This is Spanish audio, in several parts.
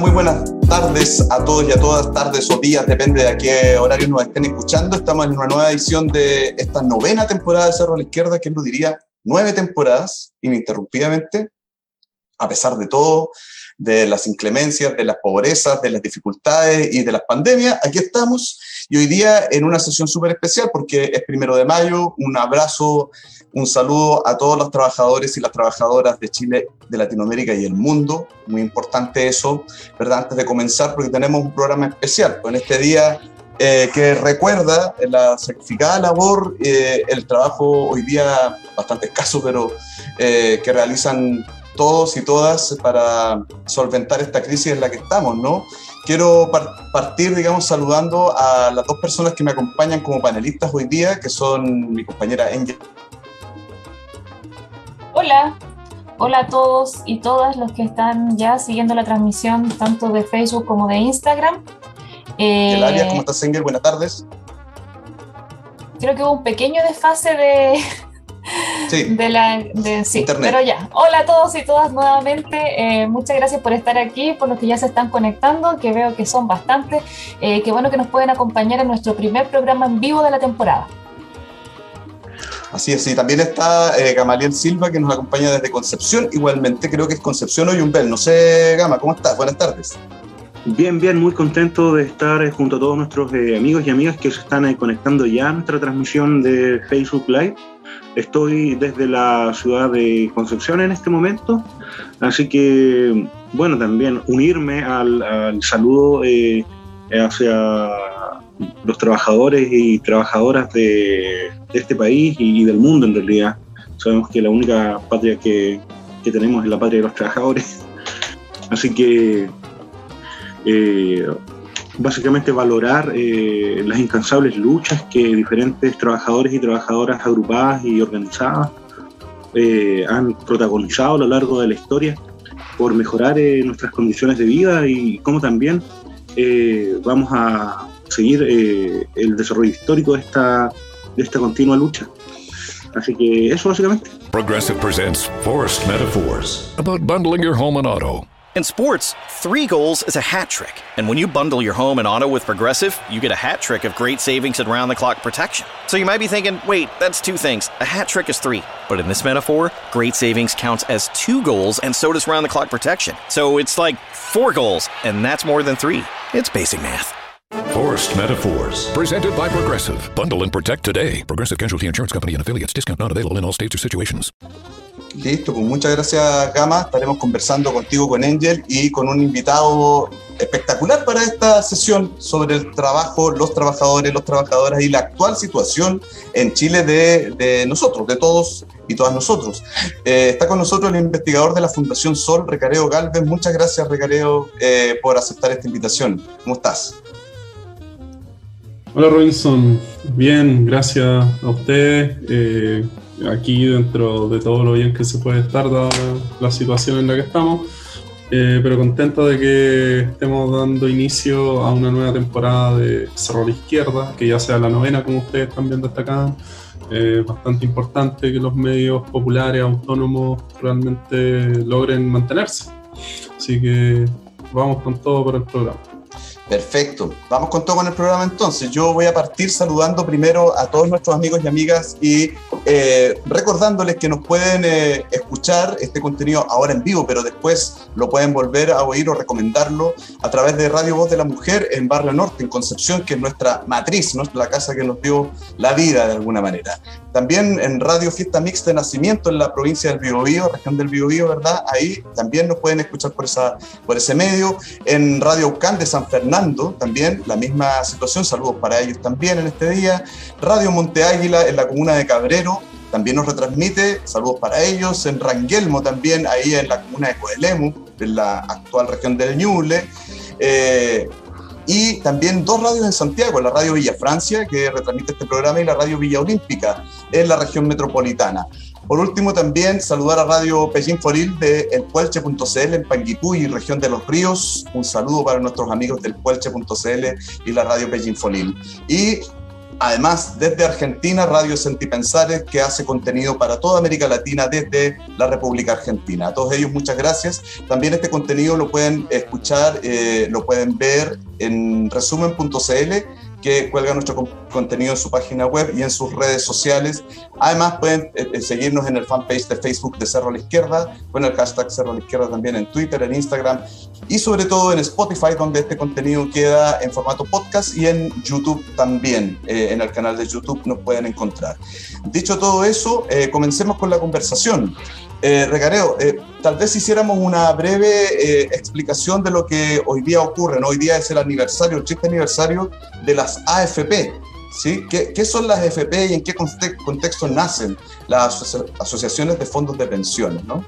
muy buenas tardes a todos y a todas, tardes o días, depende de a qué horario nos estén escuchando. Estamos en una nueva edición de esta 9ª temporada de Cerro a la Izquierda, que lo diría 9 temporadas ininterrumpidamente, a pesar de todo, de las inclemencias, de las pobrezas, de las dificultades y de las pandemias. Aquí estamos y hoy día en una sesión súper especial porque es 1 de mayo. Un abrazo, un saludo a todos los trabajadores y las trabajadoras de Chile, de Latinoamérica y el mundo. Muy importante eso, ¿verdad? Antes de comenzar, porque tenemos un programa especial en este día que recuerda la sacrificada labor, el trabajo hoy día bastante escaso, pero que realizan todos y todas para solventar esta crisis en la que estamos, ¿no? Quiero partir, digamos, saludando a las dos personas que me acompañan como panelistas hoy día, que son mi compañera Angel. Hola, hola a todos y todas los que están ya siguiendo la transmisión tanto de Facebook como de Instagram. Eladia, ¿cómo estás, Angel? Buenas tardes. Creo que hubo un pequeño desfase de Internet. Pero ya, hola a todos y todas nuevamente, muchas gracias por estar aquí, por los que ya se están conectando, que veo que son bastantes, qué bueno que nos pueden acompañar en nuestro primer programa en vivo de la temporada. Así es, y también está Gamaliel Silva, que nos acompaña desde Concepción, igualmente creo que es Concepción o Yumbel, no sé, Gama, ¿cómo estás? Buenas tardes. Bien, muy contento de estar junto a todos nuestros amigos y amigas que se están conectando ya a nuestra transmisión de Facebook Live. Estoy desde la ciudad de Concepción en este momento, así que, bueno, también unirme al saludo hacia los trabajadores y trabajadoras de este país y del mundo en realidad. Sabemos que la única patria que tenemos es la patria de los trabajadores, así que básicamente valorar las incansables luchas que diferentes trabajadores y trabajadoras agrupadas y organizadas han protagonizado a lo largo de la historia por mejorar nuestras condiciones de vida y cómo también vamos a seguir el desarrollo histórico de esta continua lucha. Así que eso básicamente. Progressive presents Forced Metaphors about bundling your home and auto. In sports, 3 goals is a hat trick. And when you bundle your home and auto with Progressive, you get a hat trick of great savings and round-the-clock protection. So you might be thinking, wait, that's 2 things. A hat trick is 3. But in this metaphor, great savings counts as 2 goals, and so does round-the-clock protection. So it's like 4 goals, and that's more than 3. It's basic math. Forced Metaphors, presented by Progressive. Bundle and protect today. Progressive Casualty Insurance Company and Affiliates. Discount not available in all states or situations. Listo, pues muchas gracias, Gama. Estaremos conversando contigo, con Angel, y con un invitado espectacular para esta sesión sobre el trabajo, los trabajadores, las trabajadoras y la actual situación en Chile de nosotros, de todos y todas nosotros. Está con nosotros el investigador de la Fundación Sol, Recareo Galvez. Muchas gracias, Recareo, por aceptar esta invitación. ¿Cómo estás? Hola, Robinson. Bien, gracias a ustedes. Aquí dentro de todo lo bien que se puede estar, dada la situación en la que estamos, pero contento de que estemos dando inicio a una nueva temporada de Cerro a la Izquierda, que ya sea la 9ª, como ustedes también destacaban. Bastante importante que los medios populares, autónomos, realmente logren mantenerse. Así que vamos con todo por el programa. Perfecto, vamos con todo con el programa entonces. Yo voy a partir saludando primero a todos nuestros amigos y amigas y recordándoles que nos pueden escuchar este contenido ahora en vivo, pero después lo pueden volver a oír o recomendarlo a través de Radio Voz de la Mujer en Barrio Norte, en Concepción, que es nuestra matriz, ¿no? La casa que nos dio la vida de alguna manera. También en Radio Fiesta Mixta de Nacimiento en la provincia del Biobío, región del Biobío, ¿verdad? Ahí también nos pueden escuchar por ese medio. En Radio Ucán de San Fernando, también la misma situación, saludos para ellos también en este día. Radio Monte Águila en la comuna de Cabrero también nos retransmite, saludos para ellos. En Ranguelmo también, ahí en la comuna de Coelemu, en la actual región del Ñuble. Y también 2 radios en Santiago, la Radio Villa Francia, que retransmite este programa, y la Radio Villa Olímpica, en la región metropolitana. Por último, también saludar a Radio Pellinfolil de elpuelche.cl en Panguipulli, región de Los Ríos. Un saludo para nuestros amigos del Puelche.cl y la Radio Pellinfolil. Y Además, desde Argentina, Radio Sentipensares, que hace contenido para toda América Latina desde la República Argentina. A todos ellos, muchas gracias. También este contenido lo pueden escuchar, lo pueden ver en resumen.cl, que cuelga nuestro contenido en su página web y en sus redes sociales. Además, pueden seguirnos en el fanpage de Facebook de Cerro a la Izquierda, con el hashtag Cerro a la Izquierda también en Twitter, en Instagram y sobre todo en Spotify, donde este contenido queda en formato podcast, y en YouTube también. En el canal de YouTube nos pueden encontrar. Dicho todo eso, comencemos con la conversación. Recareo, tal vez hiciéramos una breve explicación de lo que hoy día ocurre, ¿no? Hoy día es el aniversario, el triste aniversario de las AFP, ¿sí? ¿Qué son las AFP y en qué contexto nacen las asociaciones de fondos de pensiones, ¿no?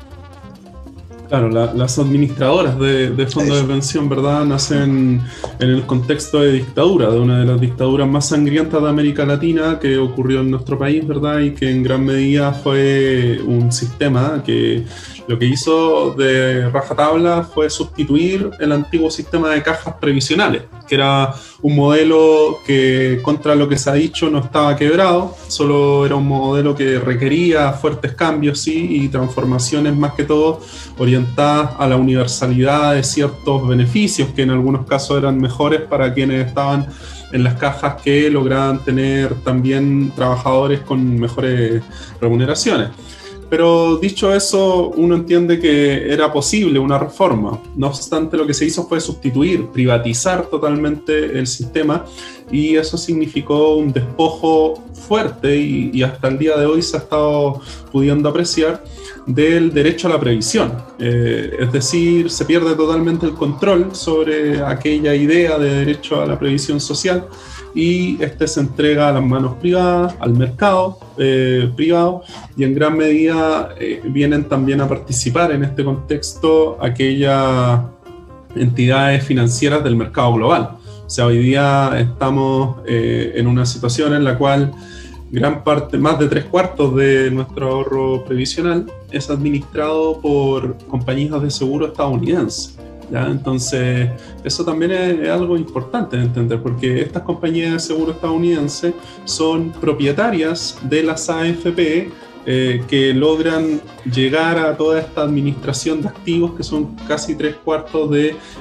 Claro, las administradoras de fondos de pensión, ¿verdad?, nacen en el contexto de dictadura, de una de las dictaduras más sangrientas de América Latina que ocurrió en nuestro país, ¿verdad?, y que en gran medida fue un sistema que lo que hizo de rajatabla fue sustituir el antiguo sistema de cajas previsionales, que era un modelo que, contra lo que se ha dicho, no estaba quebrado, solo era un modelo que requería fuertes cambios, sí, y transformaciones más que todo orientadas a la universalidad de ciertos beneficios que en algunos casos eran mejores para quienes estaban en las cajas, que lograban tener también trabajadores con mejores remuneraciones. Pero dicho eso, uno entiende que era posible una reforma. No obstante, lo que se hizo fue sustituir, privatizar totalmente el sistema, y eso significó un despojo fuerte y hasta el día de hoy se ha estado pudiendo apreciar del derecho a la previsión. Es decir, se pierde totalmente el control sobre aquella idea de derecho a la previsión social, y este se entrega a las manos privadas, al mercado privado, y en gran medida vienen también a participar en este contexto aquellas entidades financieras del mercado global. O sea, hoy día estamos en una situación en la cual gran parte, más de 3/4 de nuestro ahorro previsional es administrado por compañías de seguro estadounidenses, ¿ya? Entonces, eso también es algo importante de entender, porque estas compañías de seguro estadounidenses son propietarias de las AFP, que logran llegar a toda esta administración de activos, que son casi 3/4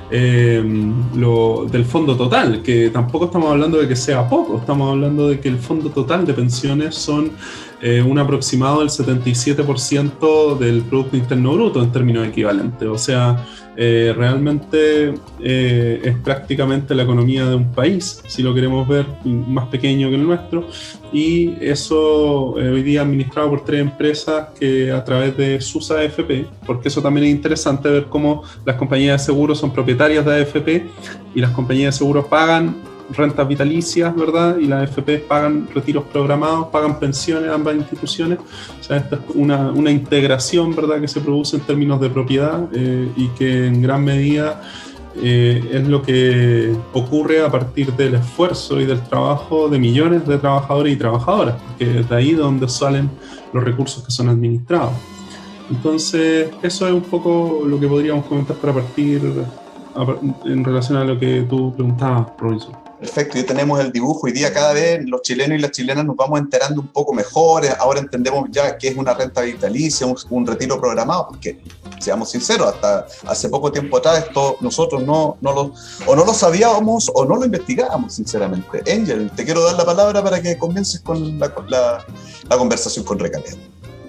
del fondo total, que tampoco estamos hablando de que sea poco, estamos hablando de que el fondo total de pensiones son un aproximado del 77% del Producto Interno Bruto en términos equivalentes. O sea, realmente es prácticamente la economía de un país, si lo queremos ver, más pequeño que el nuestro, y eso hoy día administrado por 3 empresas que a través de sus AFP, porque eso también es interesante ver cómo las compañías de seguros son propietarias de AFP, y las compañías de seguros pagan rentas vitalicias, ¿verdad? Y las AFP pagan retiros programados, pagan pensiones, ambas instituciones. O sea, esta es una integración, ¿verdad?, que se produce en términos de propiedad, y que en gran medida es lo que ocurre a partir del esfuerzo y del trabajo de millones de trabajadores y trabajadoras, porque es de ahí donde salen los recursos que son administrados. Entonces, eso es un poco lo que podríamos comentar para partir en relación a lo que tú preguntabas, Robinson. Perfecto, y tenemos el dibujo. Hoy día cada vez los chilenos y las chilenas nos vamos enterando un poco mejor. Ahora entendemos ya qué es una renta vitalicia, un retiro programado, porque, seamos sinceros, hasta hace poco tiempo atrás esto nosotros no lo sabíamos o no lo investigábamos, sinceramente. Angel, te quiero dar la palabra para que comiences con la conversación con Recareo.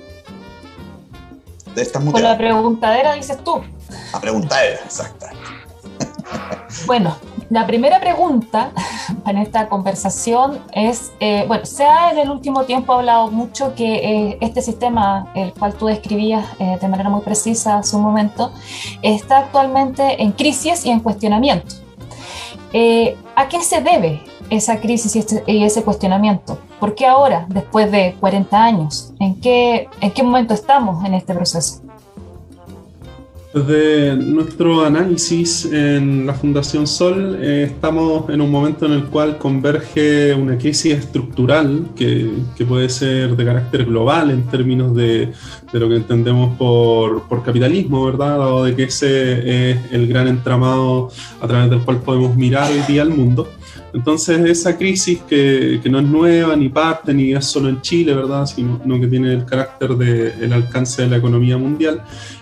Con la preguntadera, dices tú. La preguntadera, exacto. Bueno, la primera pregunta en esta conversación es, se ha en el último tiempo hablado mucho que este sistema, el cual tú describías de manera muy precisa hace un momento, está actualmente en crisis y en cuestionamiento. ¿A qué se debe esa crisis y ese cuestionamiento? ¿Por qué ahora, después de 40 años? ¿En qué momento estamos en este proceso? Desde nuestro análisis en la Fundación Sol, estamos en un momento en el cual converge una crisis estructural que puede ser de carácter global en términos de lo que entendemos por capitalismo, ¿verdad? Dado de que ese es el gran entramado a través del cual podemos mirar hoy día al mundo. Entonces esa crisis que no es nueva, ni parte, ni es solo en Chile, ¿verdad?, sino que tiene el carácter del alcance de la economía mundial,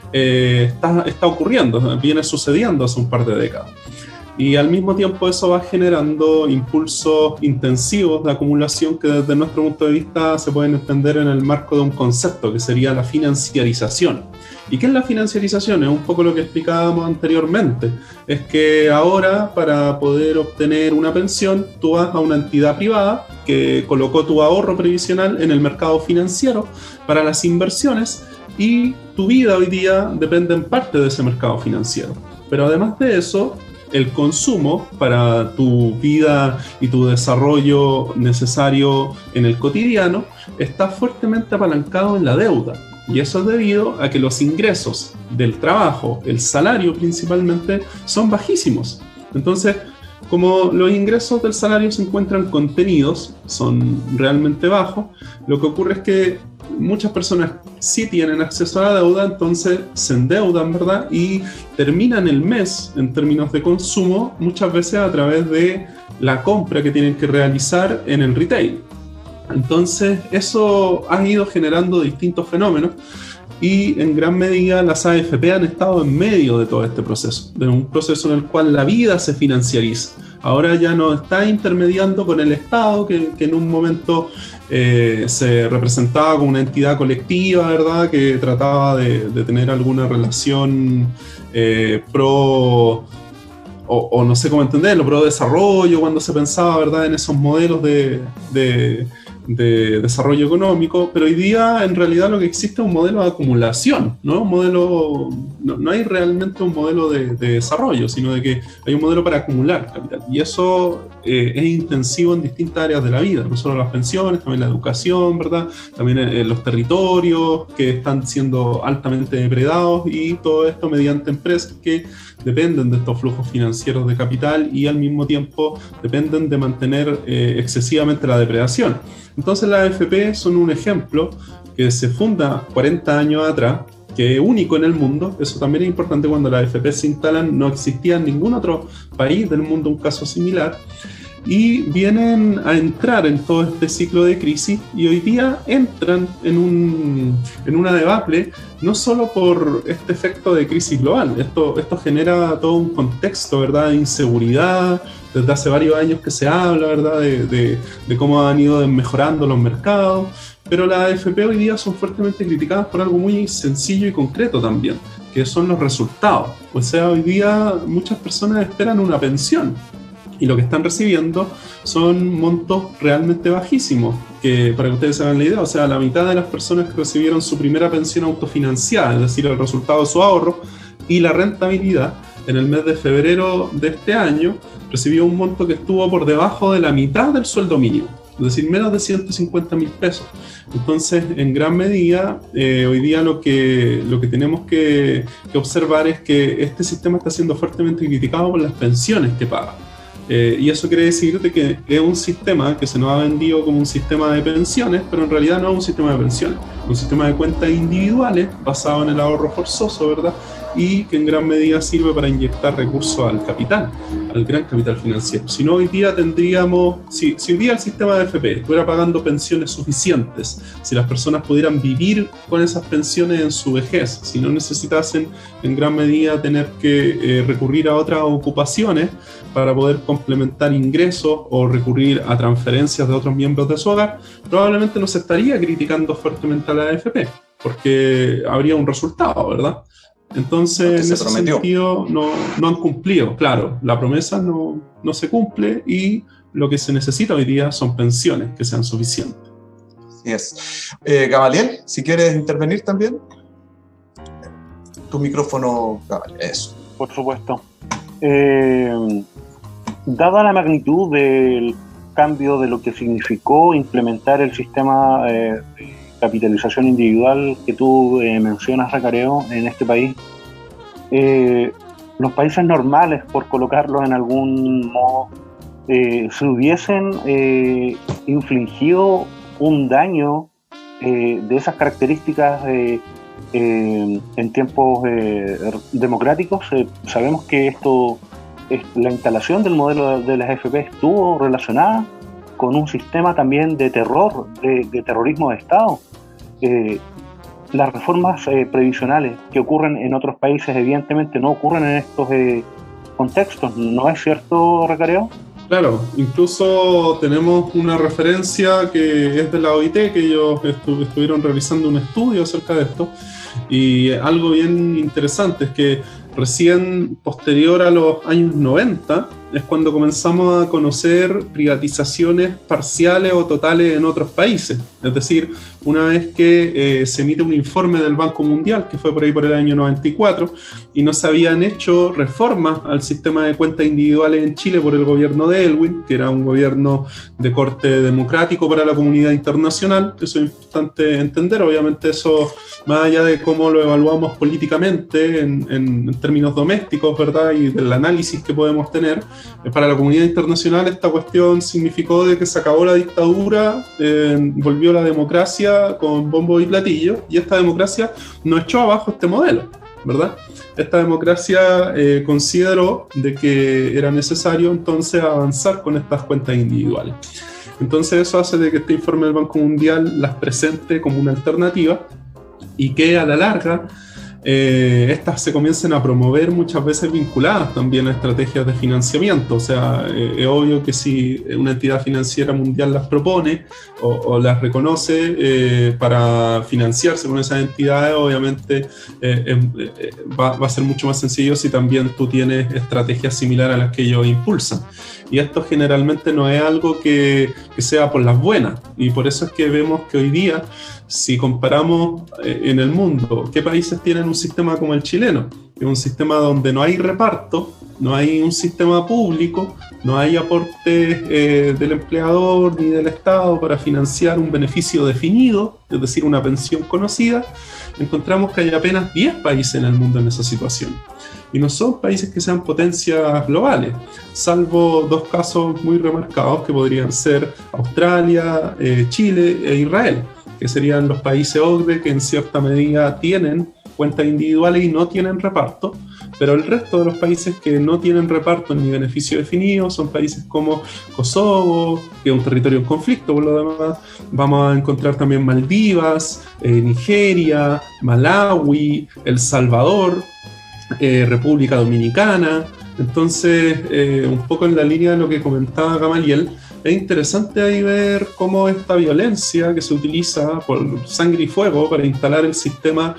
está ocurriendo, viene sucediendo hace un par de décadas. Y al mismo tiempo eso va generando impulsos intensivos de acumulación que desde nuestro punto de vista se pueden entender en el marco de un concepto que sería la financiarización. ¿Y qué es la financiarización? Es un poco lo que explicábamos anteriormente. Es que ahora, para poder obtener una pensión, tú vas a una entidad privada que colocó tu ahorro previsional en el mercado financiero para las inversiones, y tu vida hoy día depende en parte de ese mercado financiero. Pero además de eso, el consumo para tu vida y tu desarrollo necesario en el cotidiano está fuertemente apalancado en la deuda. Y eso es debido a que los ingresos del trabajo, el salario principalmente, son bajísimos. Entonces, como los ingresos del salario se encuentran contenidos, son realmente bajos, lo que ocurre es que muchas personas sí tienen acceso a la deuda, entonces se endeudan, ¿verdad? Y terminan el mes en términos de consumo muchas veces a través de la compra que tienen que realizar en el retail. Entonces eso ha ido generando distintos fenómenos, y en gran medida las AFP han estado en medio de todo este proceso, de un proceso en el cual la vida se financiariza. Ahora ya no está intermediando con el Estado, que en un momento se representaba como una entidad colectiva, ¿verdad?, que trataba de tener alguna relación pro, o no sé cómo entenderlo, pro desarrollo, cuando se pensaba, ¿verdad?, en esos modelos de desarrollo económico. Pero hoy día en realidad lo que existe es un modelo de acumulación, ¿no? No hay realmente un modelo de desarrollo, sino de que hay un modelo para acumular capital, y eso es intensivo en distintas áreas de la vida, no solo las pensiones, también la educación, ¿verdad?, también los territorios que están siendo altamente depredados, y todo esto mediante empresas que dependen de estos flujos financieros de capital y al mismo tiempo dependen de mantener excesivamente la depredación. Entonces las AFP son un ejemplo que se funda 40 años atrás, que es único en el mundo. Eso también es importante. Cuando las AFP se instalan, no existía en ningún otro país del mundo un caso similar, y vienen a entrar en todo este ciclo de crisis, y hoy día entran en una debacle, no solo por este efecto de crisis global. Esto genera todo un contexto, ¿verdad?, de inseguridad. Desde hace varios años que se habla, ¿verdad?, de cómo han ido mejorando los mercados, pero las AFP hoy día son fuertemente criticadas por algo muy sencillo y concreto también, que son los resultados. O sea, hoy día muchas personas esperan una pensión, y lo que están recibiendo son montos realmente bajísimos, que para que ustedes se hagan la idea, o sea, la mitad de las personas que recibieron su primera pensión autofinanciada, es decir, el resultado de su ahorro y la rentabilidad, en el mes de febrero de este año recibió un monto que estuvo por debajo de la mitad del sueldo mínimo, es decir, menos de 150.000 pesos. Entonces, en gran medida, hoy día lo que tenemos que observar es que este sistema está siendo fuertemente criticado por las pensiones que paga. Y eso quiere decir de que es un sistema que se nos ha vendido como un sistema de pensiones, pero en realidad no es un sistema de pensiones, es un sistema de cuentas individuales basado en el ahorro forzoso, ¿verdad?, y que en gran medida sirve para inyectar recursos al capital, al gran capital financiero. Si no, hoy día tendríamos, si hoy día el sistema de AFP estuviera pagando pensiones suficientes, si las personas pudieran vivir con esas pensiones en su vejez, si no necesitasen en gran medida tener que recurrir a otras ocupaciones para poder complementar ingresos o recurrir a transferencias de otros miembros de su hogar, probablemente no se estaría criticando fuertemente a la AFP, porque habría un resultado, ¿verdad? Entonces, en ese sentido, no han cumplido. Claro, la promesa no se cumple, y lo que se necesita hoy día son pensiones que sean suficientes. Así es. Gamaliel, si quieres intervenir también. Tu micrófono, Gamaliel, eso. Por supuesto. Dada la magnitud del cambio de lo que significó implementar el sistema de capitalización individual que tú mencionas, Recareo, en este país, los países normales, por colocarlos en algún modo, se hubiesen infligido un daño de esas características en tiempos democráticos. Sabemos que esto la instalación del modelo de las AFP estuvo relacionada con un sistema también de terror, de terrorismo de Estado. Las reformas previsionales que ocurren en otros países evidentemente no ocurren en estos contextos, ¿no es cierto, Recareo? Claro, incluso tenemos una referencia que es de la OIT, que ellos estuvieron realizando un estudio acerca de esto, y algo bien interesante es que recién posterior a los años 90 es cuando comenzamos a conocer privatizaciones parciales o totales en otros países. Es decir, una vez que se emite un informe del Banco Mundial, que fue por ahí por el año 94, y no se habían hecho reformas al sistema de cuentas individuales en Chile por el gobierno de Elwin, que era un gobierno de corte democrático para la comunidad internacional. Eso es importante entender. Obviamente eso, más allá de cómo lo evaluamos políticamente en términos domésticos, ¿verdad? Y del análisis que podemos tener, para la comunidad internacional esta cuestión significó de que se acabó la dictadura, volvió la democracia con bombo y platillo, y esta democracia no echó abajo este modelo, ¿verdad? Esta democracia consideró de que era necesario entonces avanzar con estas cuentas individuales. Entonces eso hace de que este informe del Banco Mundial las presente como una alternativa y que a la larga estas se comiencen a promover muchas veces vinculadas también a estrategias de financiamiento. O sea, es obvio que si una entidad financiera mundial las propone o las reconoce para financiarse con esas entidades, obviamente va a ser mucho más sencillo si también tú tienes estrategias similares a las que ellos impulsan. Y esto generalmente no es algo que sea por las buenas, y por eso es que vemos que hoy día, si comparamos en el mundo, ¿qué países tienen un sistema como el chileno? Es un sistema donde no hay reparto, no hay un sistema público, no hay aportes del empleador ni del Estado para financiar un beneficio definido, es decir, una pensión conocida. Encontramos que hay apenas 10 países en el mundo en esa situación. Y no son países que sean potencias globales, salvo dos casos muy remarcados que podrían ser Australia, Chile e Israel, que serían los países OCDE que en cierta medida tienen cuentas individuales y no tienen reparto, pero el resto de los países que no tienen reparto ni beneficio definido son países como Kosovo, que es un territorio en conflicto por lo demás. Vamos a encontrar también Maldivas, Nigeria, Malawi, El Salvador, República Dominicana. Entonces, un poco en la línea de lo que comentaba Gamaliel, es interesante ahí ver cómo esta violencia que se utiliza por sangre y fuego para instalar el sistema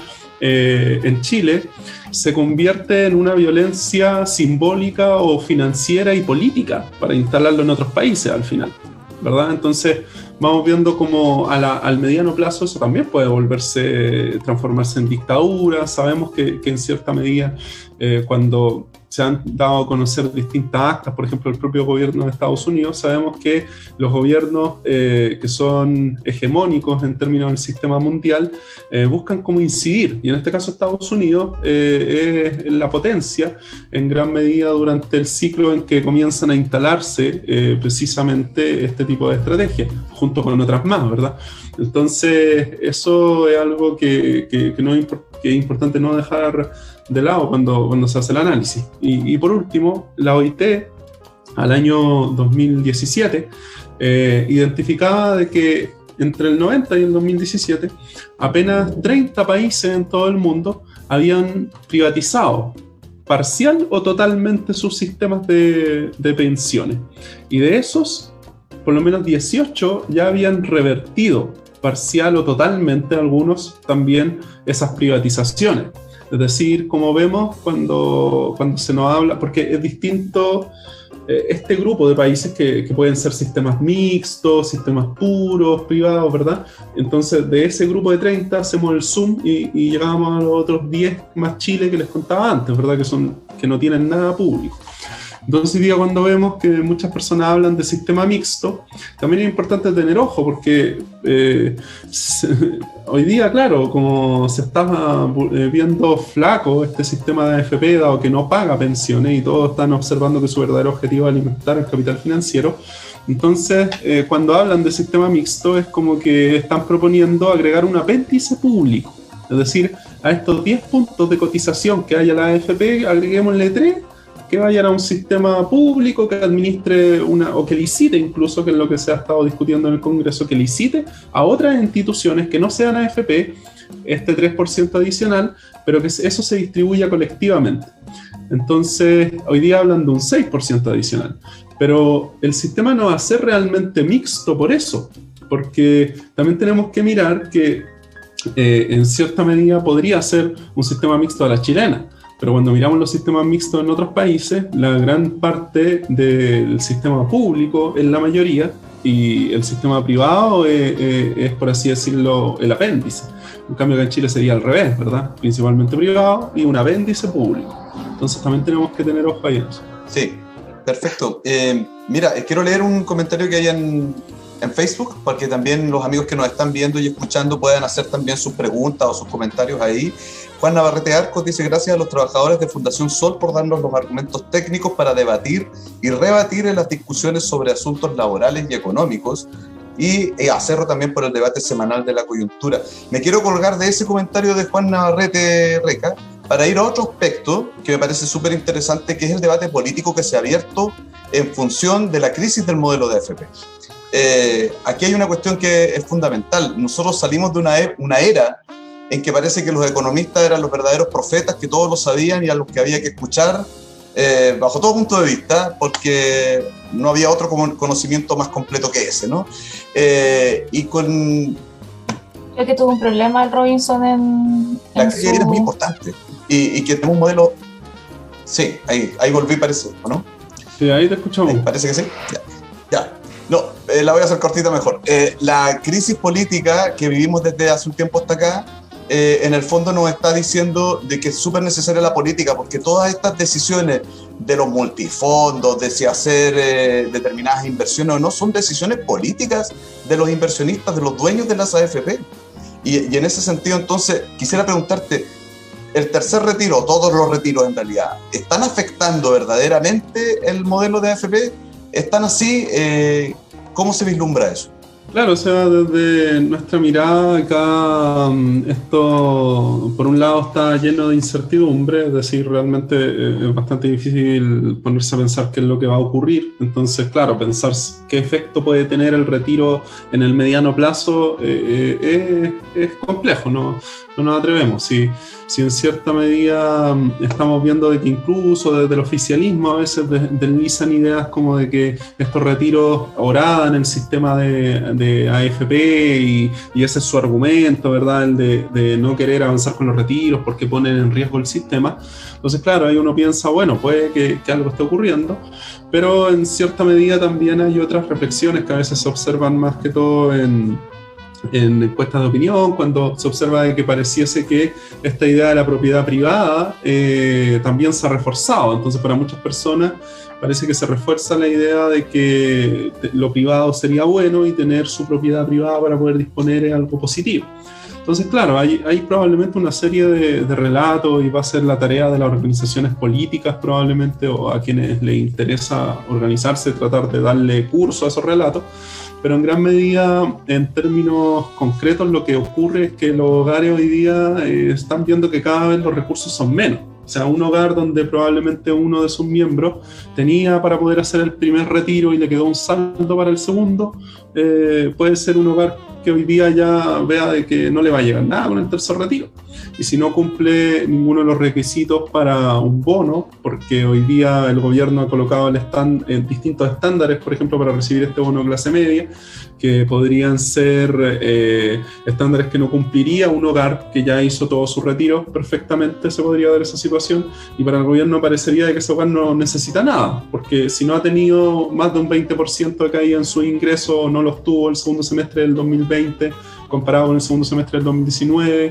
en Chile se convierte en una violencia simbólica o financiera y política para instalarlo en otros países al final, ¿verdad? Entonces vamos viendo cómo al mediano plazo eso también puede transformarse en dictadura. Sabemos que en cierta medida cuando se han dado a conocer distintas actas, por ejemplo el propio gobierno de Estados Unidos, sabemos que los gobiernos que son hegemónicos en términos del sistema mundial buscan cómo incidir, y en este caso Estados Unidos es la potencia en gran medida durante el ciclo en que comienzan a instalarse precisamente este tipo de estrategias, junto con otras más, ¿verdad? Entonces eso es algo que es importante no dejar de lado cuando se hace el análisis. Y por último, la OIT al año 2017 identificaba de que entre el 90 y el 2017 apenas 30 países en todo el mundo habían privatizado parcial o totalmente sus sistemas de pensiones, y de esos por lo menos 18 ya habían revertido parcial o totalmente, algunos también, esas privatizaciones. Es decir, como vemos cuando se nos habla, porque es distinto este grupo de países que pueden ser sistemas mixtos, sistemas puros, privados, ¿verdad? Entonces, de ese grupo de 30 hacemos el zoom y llegamos a los otros 10 más Chile que les contaba antes, ¿verdad? Que no tienen nada público. Entonces, hoy día cuando vemos que muchas personas hablan de sistema mixto, también es importante tener ojo, porque hoy día, claro, como se está viendo flaco este sistema de AFP, dado que no paga pensiones y todos están observando que su verdadero objetivo es alimentar el capital financiero, entonces cuando hablan de sistema mixto es como que están proponiendo agregar un apéndice público. Es decir, a estos 10 puntos de cotización que hay a la AFP, agreguémosle 3 que vayan a un sistema público que administre o que licite incluso, que es lo que se ha estado discutiendo en el Congreso, que licite a otras instituciones que no sean AFP este 3% adicional, pero que eso se distribuya colectivamente. Entonces, hoy día hablan de un 6% adicional, pero el sistema no va a ser realmente mixto por eso, porque también tenemos que mirar que en cierta medida podría ser un sistema mixto a la chilena, pero cuando miramos los sistemas mixtos en otros países, la gran parte del sistema público es la mayoría y el sistema privado es, por así decirlo, el apéndice. En cambio, acá en Chile sería al revés, ¿verdad? Principalmente privado y un apéndice público. Entonces también tenemos que tener ojo ahí en eso. Sí, perfecto. Mira, quiero leer un comentario que hay en Facebook, para que también los amigos que nos están viendo y escuchando puedan hacer también sus preguntas o sus comentarios ahí. Juan Navarrete Arcos dice: gracias a los trabajadores de Fundación Sol por darnos los argumentos técnicos para debatir y rebatir en las discusiones sobre asuntos laborales y económicos, y a Cerro también por el debate semanal de la coyuntura. Me quiero colgar de ese comentario de Juan Navarrete Reca para ir a otro aspecto que me parece súper interesante, que es el debate político que se ha abierto en función de la crisis del modelo de AFP. Aquí hay una cuestión que es fundamental. Nosotros salimos de una era en que parece que los economistas eran los verdaderos profetas, que todos lo sabían y a los que había que escuchar bajo todo punto de vista, porque no había otro conocimiento más completo que ese, ¿no? Y con... Creo que tuvo un problema el Robinson en la crisis es muy importante. Y que tenemos un modelo... Sí, ahí volví, parece, ¿o no? Sí, ahí te escuchamos. Parece que sí. Ya. No, la voy a hacer cortita mejor. La crisis política que vivimos desde hace un tiempo hasta acá, en el fondo nos está diciendo de que es súper necesaria la política, porque todas estas decisiones de los multifondos, de si hacer determinadas inversiones o no, son decisiones políticas de los inversionistas, de los dueños de las AFP. Y en ese sentido, entonces, quisiera preguntarte, el tercer retiro, todos los retiros en realidad, ¿están afectando verdaderamente el modelo de AFP? ¿Están así? ¿Cómo se vislumbra eso? Claro, o sea, desde nuestra mirada acá, esto por un lado está lleno de incertidumbre, es decir, realmente es bastante difícil ponerse a pensar qué es lo que va a ocurrir. Entonces, claro, pensar qué efecto puede tener el retiro en el mediano plazo es complejo, no nos atrevemos. Si en cierta medida estamos viendo de que incluso desde el oficialismo a veces deslizan ideas como de que estos retiros horadan el sistema de AFP y ese es su argumento, ¿verdad? El de no querer avanzar con los retiros porque ponen en riesgo el sistema. Entonces, claro, ahí uno piensa, bueno, puede que algo esté ocurriendo, pero en cierta medida también hay otras reflexiones que a veces se observan más que todo en encuestas de opinión, cuando se observa de que pareciese que esta idea de la propiedad privada también se ha reforzado. Entonces, para muchas personas parece que se refuerza la idea de que lo privado sería bueno y tener su propiedad privada para poder disponer es algo positivo. Entonces, claro, hay probablemente una serie de relatos y va a ser la tarea de las organizaciones políticas probablemente, o a quienes les interesa organizarse, tratar de darle curso a esos relatos. Pero en gran medida, en términos concretos, lo que ocurre es que los hogares hoy día están viendo que cada vez los recursos son menos. O sea, un hogar donde probablemente uno de sus miembros tenía para poder hacer el primer retiro y le quedó un saldo para el segundo, puede ser un hogar que hoy día ya vea de que no le va a llegar nada con el tercer retiro. Y si no cumple ninguno de los requisitos para un bono, porque hoy día el gobierno ha colocado distintos estándares, por ejemplo, para recibir este bono de clase media, que podrían ser estándares que no cumpliría un hogar que ya hizo todo su retiro perfectamente, se podría dar esa situación, y para el gobierno parecería que ese hogar no necesita nada, porque si no ha tenido más de un 20% de caída en su ingreso, no los tuvo el segundo semestre del 2020 comparado con el segundo semestre del 2019,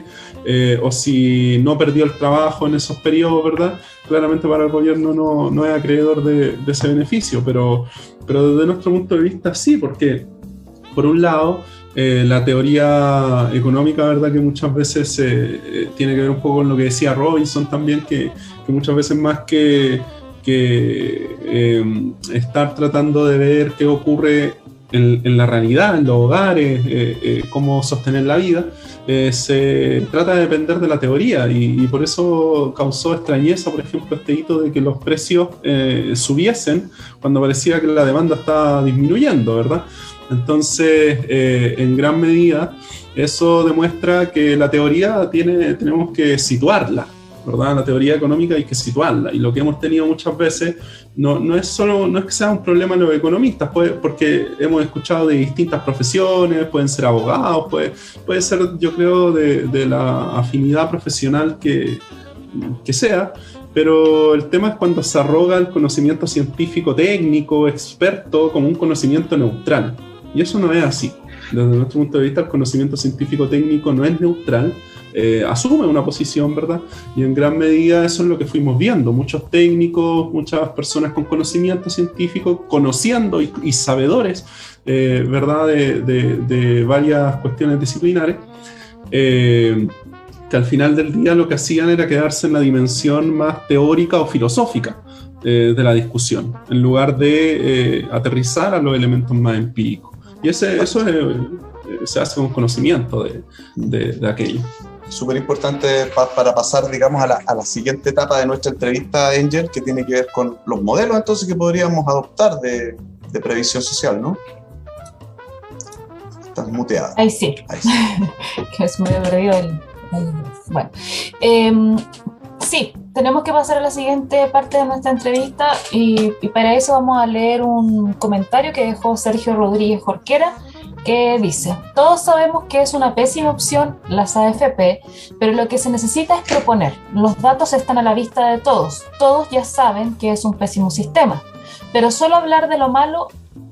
o si no perdió el trabajo en esos periodos, ¿verdad? Claramente para el gobierno no es acreedor de ese beneficio, pero desde nuestro punto de vista sí, porque por un lado la teoría económica, ¿verdad?, que muchas veces tiene que ver un poco con lo que decía Robinson también, que muchas veces más que estar tratando de ver qué ocurre en la realidad, en los hogares, cómo sostener la vida, se trata de depender de la teoría y por eso causó extrañeza, por ejemplo, este hito de que los precios subiesen cuando parecía que la demanda estaba disminuyendo, ¿verdad? Entonces, en gran medida, eso demuestra que la teoría tenemos que situarla, ¿verdad? La teoría económica hay que situarla, y lo que hemos tenido muchas veces no es que sea un problema en los economistas, porque hemos escuchado de distintas profesiones, pueden ser abogados, puede ser, yo creo, de la afinidad profesional que sea, pero el tema es cuando se arroga el conocimiento científico, técnico, experto, como un conocimiento neutral, y eso no es así. Desde nuestro punto de vista, el conocimiento científico técnico no es neutral, asume una posición, ¿verdad? Y en gran medida eso es lo que fuimos viendo. Muchos técnicos, muchas personas con conocimiento científico, conociendo y sabedores, ¿verdad? De varias cuestiones disciplinares, que al final del día lo que hacían era quedarse en la dimensión más teórica o filosófica de la discusión, en lugar de aterrizar a los elementos más empíricos. Y eso se hace con conocimiento de aquello. Súper importante para pasar, digamos, a la siguiente etapa de nuestra entrevista, Angel, que tiene que ver con los modelos entonces que podríamos adoptar de previsión social, ¿no? Estás muteada. Ahí sí. Que se me había perdido bueno. Sí, tenemos que pasar a la siguiente parte de nuestra entrevista y para eso vamos a leer un comentario que dejó Sergio Rodríguez Jorquera, que dice: todos sabemos que es una pésima opción las AFP, pero lo que se necesita es proponer. Los datos están a la vista de todos. Todos ya saben que es un pésimo sistema, pero solo hablar de lo malo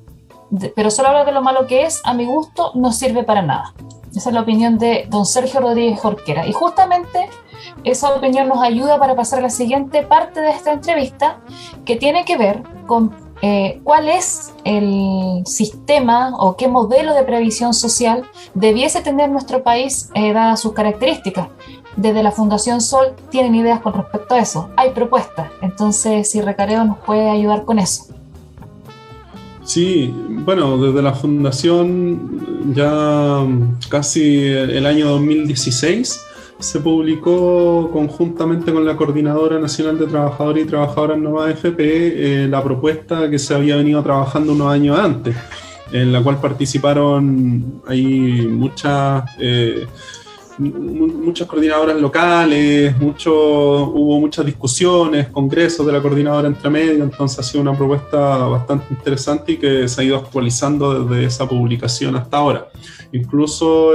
que es, a mi gusto, no sirve para nada. Esa es la opinión de don Sergio Rodríguez Jorquera. Y justamente esa opinión nos ayuda para pasar a la siguiente parte de esta entrevista, que tiene que ver con cuál es el sistema o qué modelo de previsión social debiese tener nuestro país dadas sus características. Desde la Fundación Sol tienen ideas con respecto a eso, hay propuestas, entonces si Recareo nos puede ayudar con eso. Sí, bueno, desde la Fundación ya casi el año 2016 se publicó conjuntamente con la Coordinadora Nacional de Trabajadores y Trabajadoras No AFP la propuesta que se había venido trabajando unos años antes, en la cual participaron ahí muchas coordinadoras locales, hubo muchas discusiones, congresos de la coordinadora entre medio, entonces ha sido una propuesta bastante interesante y que se ha ido actualizando desde esa publicación hasta ahora. Incluso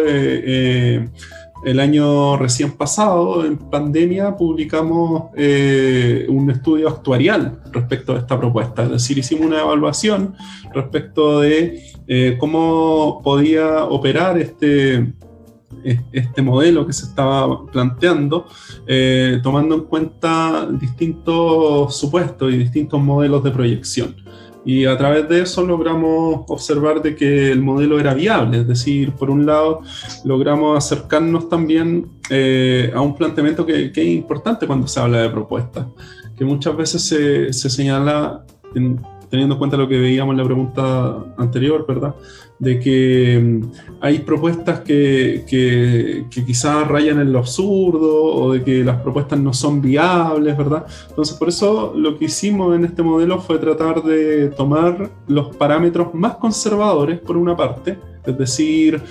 el año recién pasado, en pandemia, publicamos un estudio actuarial respecto a esta propuesta, es decir, hicimos una evaluación respecto de cómo podía operar este modelo que se estaba planteando, tomando en cuenta distintos supuestos y distintos modelos de proyección. Y a través de eso logramos observar de que el modelo era viable, es decir, por un lado logramos acercarnos también a un planteamiento que es importante cuando se habla de propuestas, que muchas veces se señala, teniendo en cuenta lo que veíamos en la pregunta anterior, ¿verdad?, de que hay propuestas que quizás rayan en lo absurdo o de que las propuestas no son viables, ¿verdad? Entonces, por eso lo que hicimos en este modelo fue tratar de tomar los parámetros más conservadores, por una parte, es decir,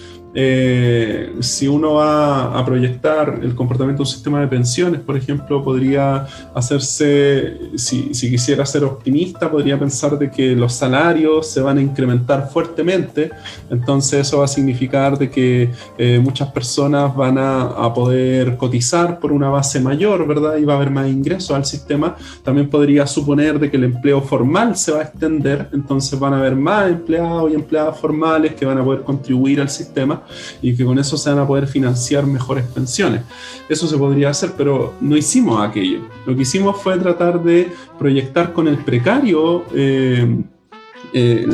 si uno va a proyectar el comportamiento de un sistema de pensiones, por ejemplo, podría hacerse, si quisiera ser optimista, podría pensar de que los salarios se van a incrementar fuertemente, entonces eso va a significar de que muchas personas van a poder cotizar por una base mayor, ¿verdad? Y va a haber más ingresos al sistema. También podría suponer de que el empleo formal se va a extender, entonces van a haber más empleados y empleadas formales que van a poder contribuir al sistema y que con eso se van a poder financiar mejores pensiones. Eso se podría hacer, pero no hicimos aquello. Lo que hicimos fue tratar de proyectar con el precario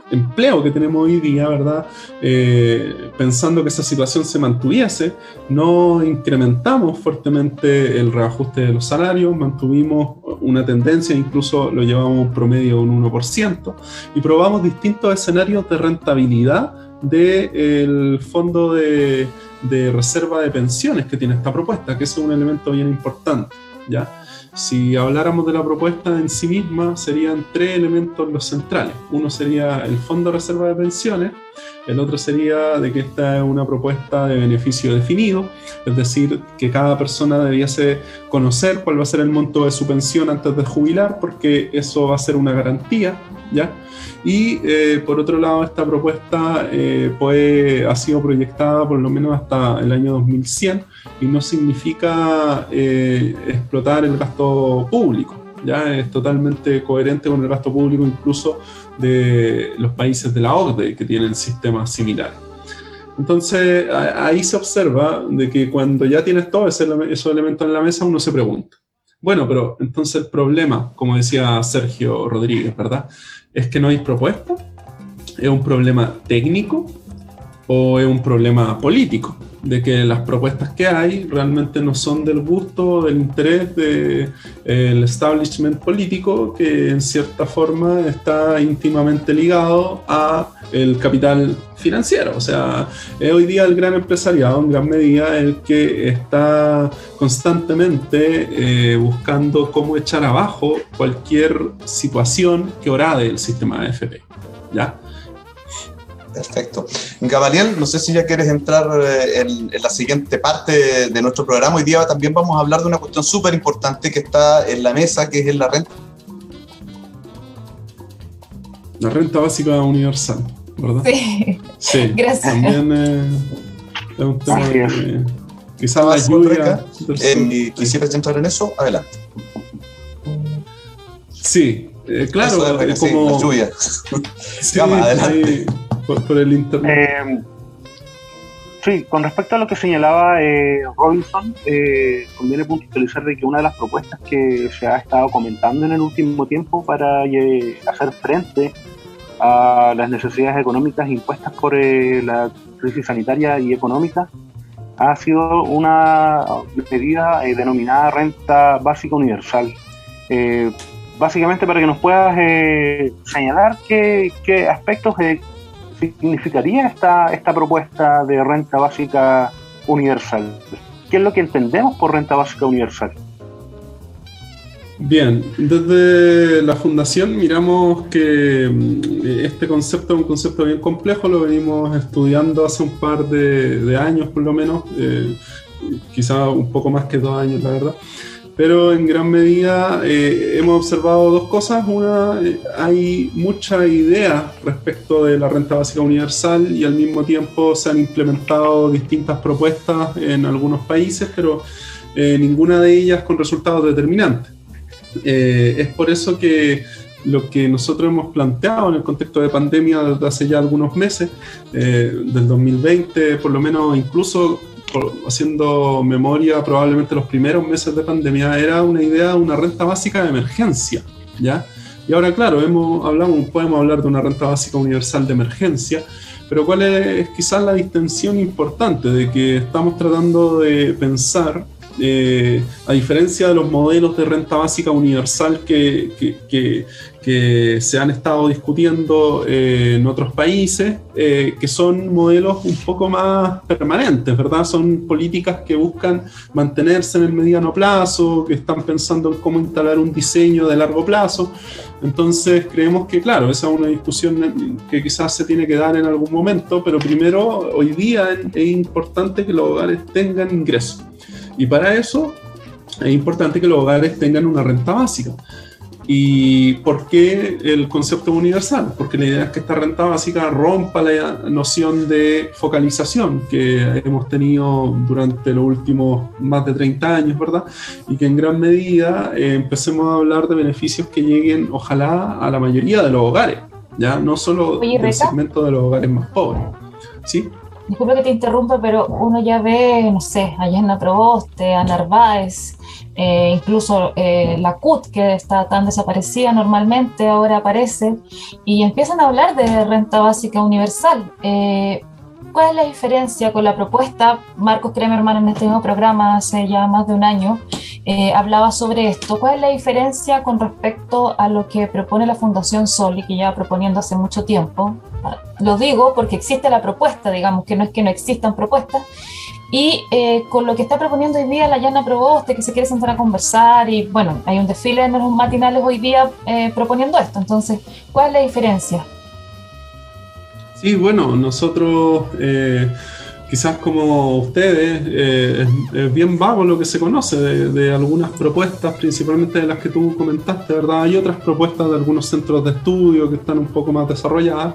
empleo que tenemos hoy día, ¿verdad? Pensando que esa situación se mantuviese, no incrementamos fuertemente el reajuste de los salarios, mantuvimos una tendencia, incluso lo llevamos a un promedio de un 1%, y probamos distintos escenarios de rentabilidad del fondo de reserva de pensiones que tiene esta propuesta, que es un elemento bien importante, ¿ya? Si habláramos de la propuesta en sí misma, serían 3 elementos los centrales. Uno sería el fondo de reserva de pensiones, el otro sería de que esta es una propuesta de beneficio definido, es decir, que cada persona debiese conocer cuál va a ser el monto de su pensión antes de jubilar, porque eso va a ser una garantía, ¿ya? Y por otro lado, esta propuesta ha sido proyectada por lo menos hasta el año 2100 y no significa explotar el gasto público, ¿ya? Es totalmente coherente con el gasto público incluso de los países de la OCDE que tienen sistemas similares. Entonces ahí se observa de que cuando ya tienes todos esos elementos en la mesa, uno se pregunta, bueno, pero entonces el problema, como decía Sergio Rodríguez, ¿verdad?, es que no hay propuesta. ¿Es un problema técnico o es un problema político? De que las propuestas que hay realmente no son del gusto, del interés del establishment político, que en cierta forma está íntimamente ligado a el capital financiero. O sea, hoy día el gran empresariado en gran medida el que está constantemente buscando cómo echar abajo cualquier situación que orade el sistema de AFP, ¿ya? Perfecto. Gamaliel, no sé si ya quieres entrar en la siguiente parte de nuestro programa. Hoy día también vamos a hablar de una cuestión súper importante que está en la mesa, que es la renta. La renta básica universal, ¿verdad? Sí. Sí. Gracias. También es un tema que quizás la lluvia... ¿Quisieras entrar en eso? Adelante. Sí, claro, eso como... la lluvia. Sí, Gama, adelante. Por el internet. Sí, con respecto a lo que señalaba Robinson, conviene puntualizar de que una de las propuestas que se ha estado comentando en el último tiempo para hacer frente a las necesidades económicas impuestas por la crisis sanitaria y económica ha sido una medida denominada renta básica universal. Básicamente para que nos puedas señalar qué aspectos significaría esta propuesta de renta básica universal. ¿Qué es lo que entendemos por renta básica universal? Bien, desde la Fundación miramos que este concepto es un concepto bien complejo, lo venimos estudiando hace un par de años por lo menos, quizá un poco más que 2 años la verdad. Pero en gran medida hemos observado 2 cosas. Una, hay mucha idea respecto de la renta básica universal y al mismo tiempo se han implementado distintas propuestas en algunos países, pero ninguna de ellas con resultados determinantes. Es por eso que lo que nosotros hemos planteado en el contexto de pandemia desde hace ya algunos meses, del 2020 por lo menos, incluso haciendo memoria, probablemente los primeros meses de pandemia, era una idea de una renta básica de emergencia, ¿ya? Y ahora, claro, podemos hablar de una renta básica universal de emergencia, pero ¿cuál es quizás la distinción importante? De que estamos tratando de pensar, a diferencia de los modelos de renta básica universal que se han estado discutiendo en otros países, que son modelos un poco más permanentes, ¿verdad? Son políticas que buscan mantenerse en el mediano plazo, que están pensando en cómo instalar un diseño de largo plazo. Entonces creemos que, claro, esa es una discusión que quizás se tiene que dar en algún momento, pero primero, hoy día es importante que los hogares tengan ingresos. Y para eso es importante que los hogares tengan una renta básica. ¿Y por qué el concepto universal? Porque la idea es que esta renta básica rompa la noción de focalización que hemos tenido durante los últimos más de 30 años, ¿verdad? Y que en gran medida empecemos a hablar de beneficios que lleguen, ojalá, a la mayoría de los hogares, ¿ya? No solo del segmento de los hogares más pobres, ¿sí? disculpe que te interrumpa, pero uno ya ve, no sé, a Yanna Proboste, a Narváez, incluso la CUT, que está tan desaparecida normalmente, ahora aparece, y empiezan a hablar de renta básica universal. ¿Cuál es la diferencia con la propuesta? Marcos Kremerman en este mismo programa hace ya más de un año hablaba sobre esto. ¿Cuál es la diferencia con respecto a lo que propone la Fundación Sol y que lleva proponiendo hace mucho tiempo? Lo digo porque existe la propuesta, digamos, que no existan propuestas, y con lo que está proponiendo hoy día la Yanna Proboste, que se quiere sentar a conversar, y bueno, hay un desfile en los matinales hoy día proponiendo esto. Entonces, ¿cuál es la diferencia? Sí, bueno, nosotros, quizás como ustedes, es bien vago lo que se conoce de algunas propuestas, principalmente de las que tú comentaste, ¿verdad? Hay otras propuestas de algunos centros de estudio que están un poco más desarrolladas.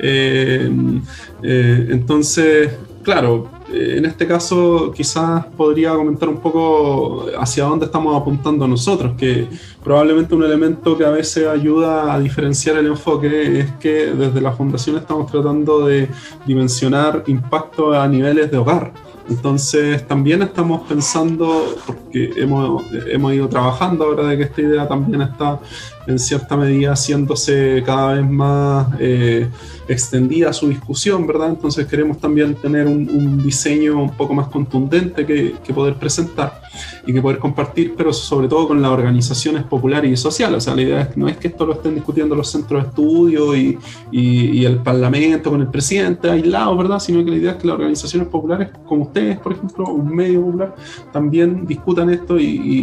Entonces, claro, en este caso quizás podría comentar un poco hacia dónde estamos apuntando nosotros, que probablemente un elemento que a veces ayuda a diferenciar el enfoque es que desde la Fundación estamos tratando de dimensionar impacto a niveles de hogar. Entonces también estamos pensando, porque hemos ido trabajando ahora de que esta idea también está en cierta medida haciéndose cada vez más extendida su discusión, ¿verdad? Entonces queremos también tener un diseño un poco más contundente que poder presentar y que poder compartir, pero sobre todo con las organizaciones populares y sociales. O sea, la idea no es que esto lo estén discutiendo los centros de estudio y el Parlamento con el presidente aislado, ¿verdad? Sino que la idea es que las organizaciones populares, como ustedes, por ejemplo, un medio popular, también discutan esto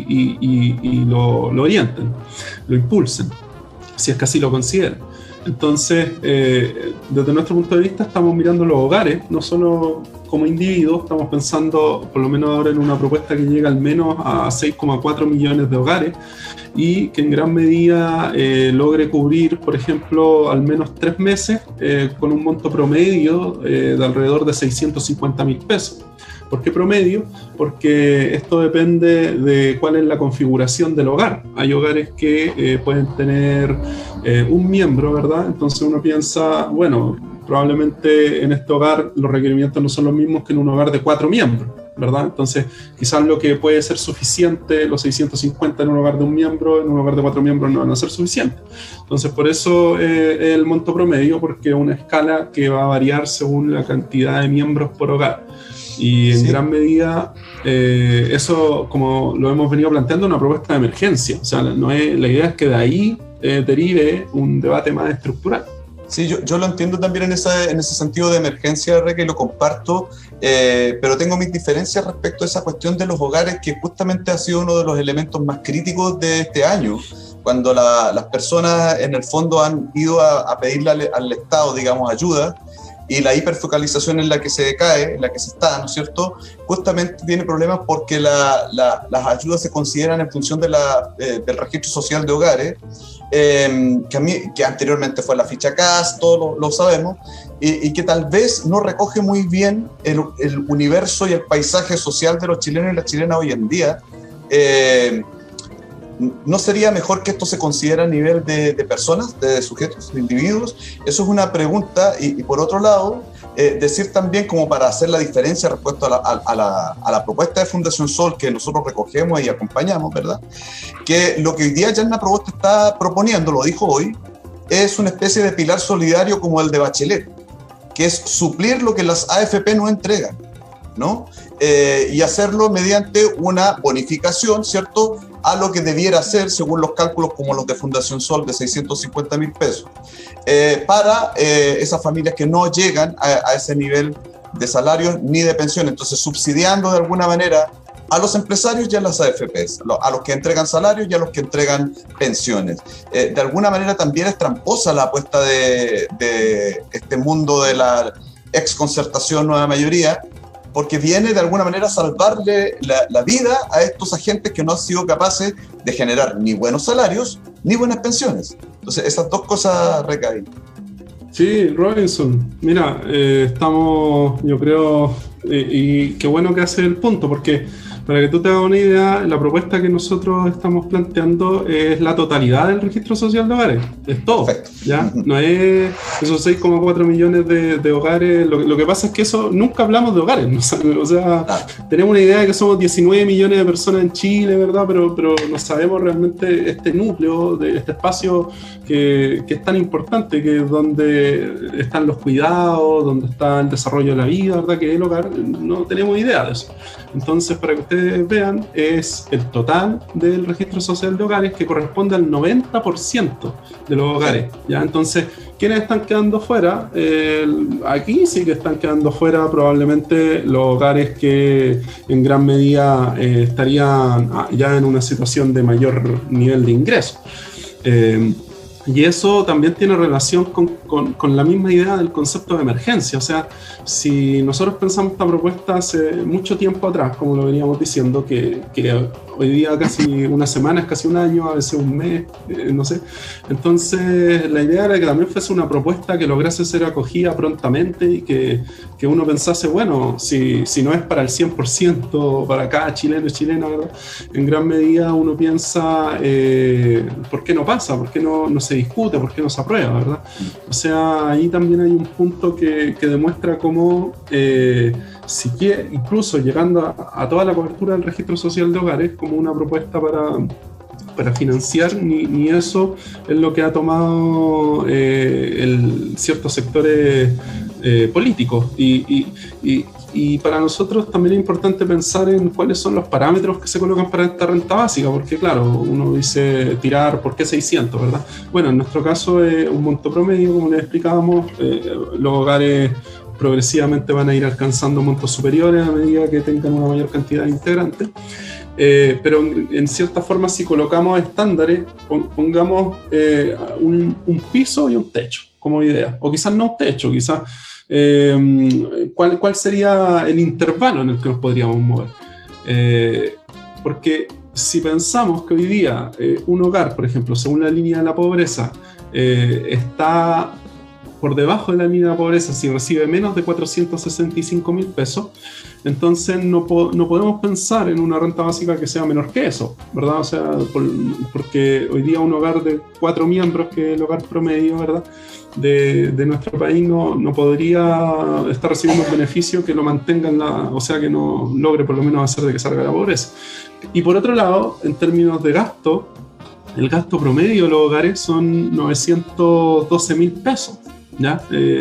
y lo orienten, lo impulsen, si es que así lo consideran. Entonces, desde nuestro punto de vista, estamos mirando los hogares, no solo como individuos, estamos pensando, por lo menos ahora, en una propuesta que llega al menos a 6,4 millones de hogares y que en gran medida logre cubrir, por ejemplo, al menos 3 meses con un monto promedio de alrededor de 650.000 pesos. ¿Por qué promedio? Porque esto depende de cuál es la configuración del hogar. Hay hogares que pueden tener un miembro, ¿verdad? Entonces uno piensa, bueno, probablemente en este hogar los requerimientos no son los mismos que en un hogar de 4 miembros, ¿verdad? Entonces quizás lo que puede ser suficiente, los 650 en un hogar de un miembro, en un hogar de 4 miembros no van a ser suficientes. Entonces por eso el monto promedio, porque es una escala que va a variar según la cantidad de miembros por hogar. Y en gran medida eso, como lo hemos venido planteando, es una propuesta de emergencia. O sea, la idea es que de ahí derive un debate más estructural. Sí, yo lo entiendo también en ese sentido de emergencia, Reque, y lo comparto, pero tengo mis diferencias respecto a esa cuestión de los hogares, que justamente ha sido uno de los elementos más críticos de este año, cuando las personas en el fondo han ido a pedirle al Estado, digamos, ayuda, y la hiperfocalización en la que se cae, en la que se está, ¿no es cierto?, justamente tiene problemas porque las ayudas se consideran en función del registro social de hogares, que anteriormente fue la ficha CAS, todos lo sabemos, y que tal vez no recoge muy bien el universo y el paisaje social de los chilenos y las chilenas hoy en día. ¿No sería mejor que esto se considere a nivel de personas, de sujetos, de individuos? Eso es una pregunta. Y por otro lado, decir también, como para hacer la diferencia respecto a la propuesta de Fundación Sol, que nosotros recogemos y acompañamos, ¿verdad?, que lo que hoy día Yanna Proboste está proponiendo, lo dijo hoy, es una especie de pilar solidario como el de Bachelet, que es suplir lo que las AFP no entregan, ¿no? Y hacerlo mediante una bonificación, ¿cierto?, a lo que debiera ser, según los cálculos como los de Fundación Sol, de 650.000 pesos, para esas familias que no llegan a ese nivel de salarios ni de pensión. Entonces, subsidiando de alguna manera a los empresarios y a las AFPs, a los que entregan salarios y a los que entregan pensiones. De alguna manera también es tramposa la apuesta de este mundo de la exconcertación nueva mayoría, porque viene de alguna manera a salvarle la vida a estos agentes que no han sido capaces de generar ni buenos salarios ni buenas pensiones. Entonces, esas dos cosas recaen. Sí, Robinson, mira, estamos, yo creo, y qué bueno que hace el punto, porque para que tú te hagas una idea, la propuesta que nosotros estamos planteando es la totalidad del registro social de hogares, es todo. Perfecto. ¿Ya? No es esos 6,4 millones de hogares. Lo que pasa es que eso nunca hablamos de hogares, ¿no? O sea, tenemos una idea de que somos 19 millones de personas en Chile, ¿verdad? Pero no sabemos realmente este núcleo, de este espacio que es tan importante, que es donde están los cuidados, donde está el desarrollo de la vida, ¿verdad? Que es el hogar, no tenemos idea de eso. Entonces, para que ustedes vean, es el total del registro social de hogares, que corresponde al 90% de los hogares, ¿ya? Entonces, ¿quiénes están quedando fuera? Aquí sí que están quedando fuera probablemente los hogares que en gran medida estarían ya en una situación de mayor nivel de ingreso. Y eso también tiene relación con la misma idea del concepto de emergencia. O sea, si nosotros pensamos esta propuesta hace mucho tiempo atrás, como lo veníamos diciendo, que hoy día casi una semana es casi un año, a veces un mes, no sé. Entonces, la idea era que también fuese una propuesta que lograse ser acogida prontamente y que uno pensase, bueno, si no es para el 100%, para cada chileno y chilena, ¿verdad? En gran medida uno piensa, ¿por qué no pasa? ¿Por qué no se discute? ¿Por qué no se aprueba? ¿Verdad? O sea, ahí también hay un punto que demuestra cómo, si quiere, incluso llegando a toda la cobertura del registro social de hogares, como una propuesta para financiar, ni eso es lo que ha tomado ciertos sectores políticos. Y para nosotros también es importante pensar en cuáles son los parámetros que se colocan para esta renta básica, porque claro, uno dice tirar, ¿por qué 600, verdad? Bueno, en nuestro caso es un monto promedio, como les explicábamos, los hogares progresivamente van a ir alcanzando montos superiores a medida que tengan una mayor cantidad de integrantes. Pero en cierta forma, si colocamos estándares, pongamos un piso y un techo como idea, o quizás no un techo, quizás ¿cuál sería el intervalo en el que nos podríamos mover? Porque si pensamos que hoy día un hogar, por ejemplo, según la línea de la pobreza, está por debajo de la línea de la pobreza, si recibe menos de 465.000 pesos, entonces no podemos pensar en una renta básica que sea menor que eso, ¿verdad? O sea, porque hoy día un hogar de 4 miembros, que es el hogar promedio, ¿verdad?, de nuestro país, no podría estar recibiendo un beneficio que lo mantenga o sea, que no logre por lo menos hacer de que salga de la pobreza. Y por otro lado, en términos de gasto, el gasto promedio de los hogares son 912.000 pesos. ¿Ya?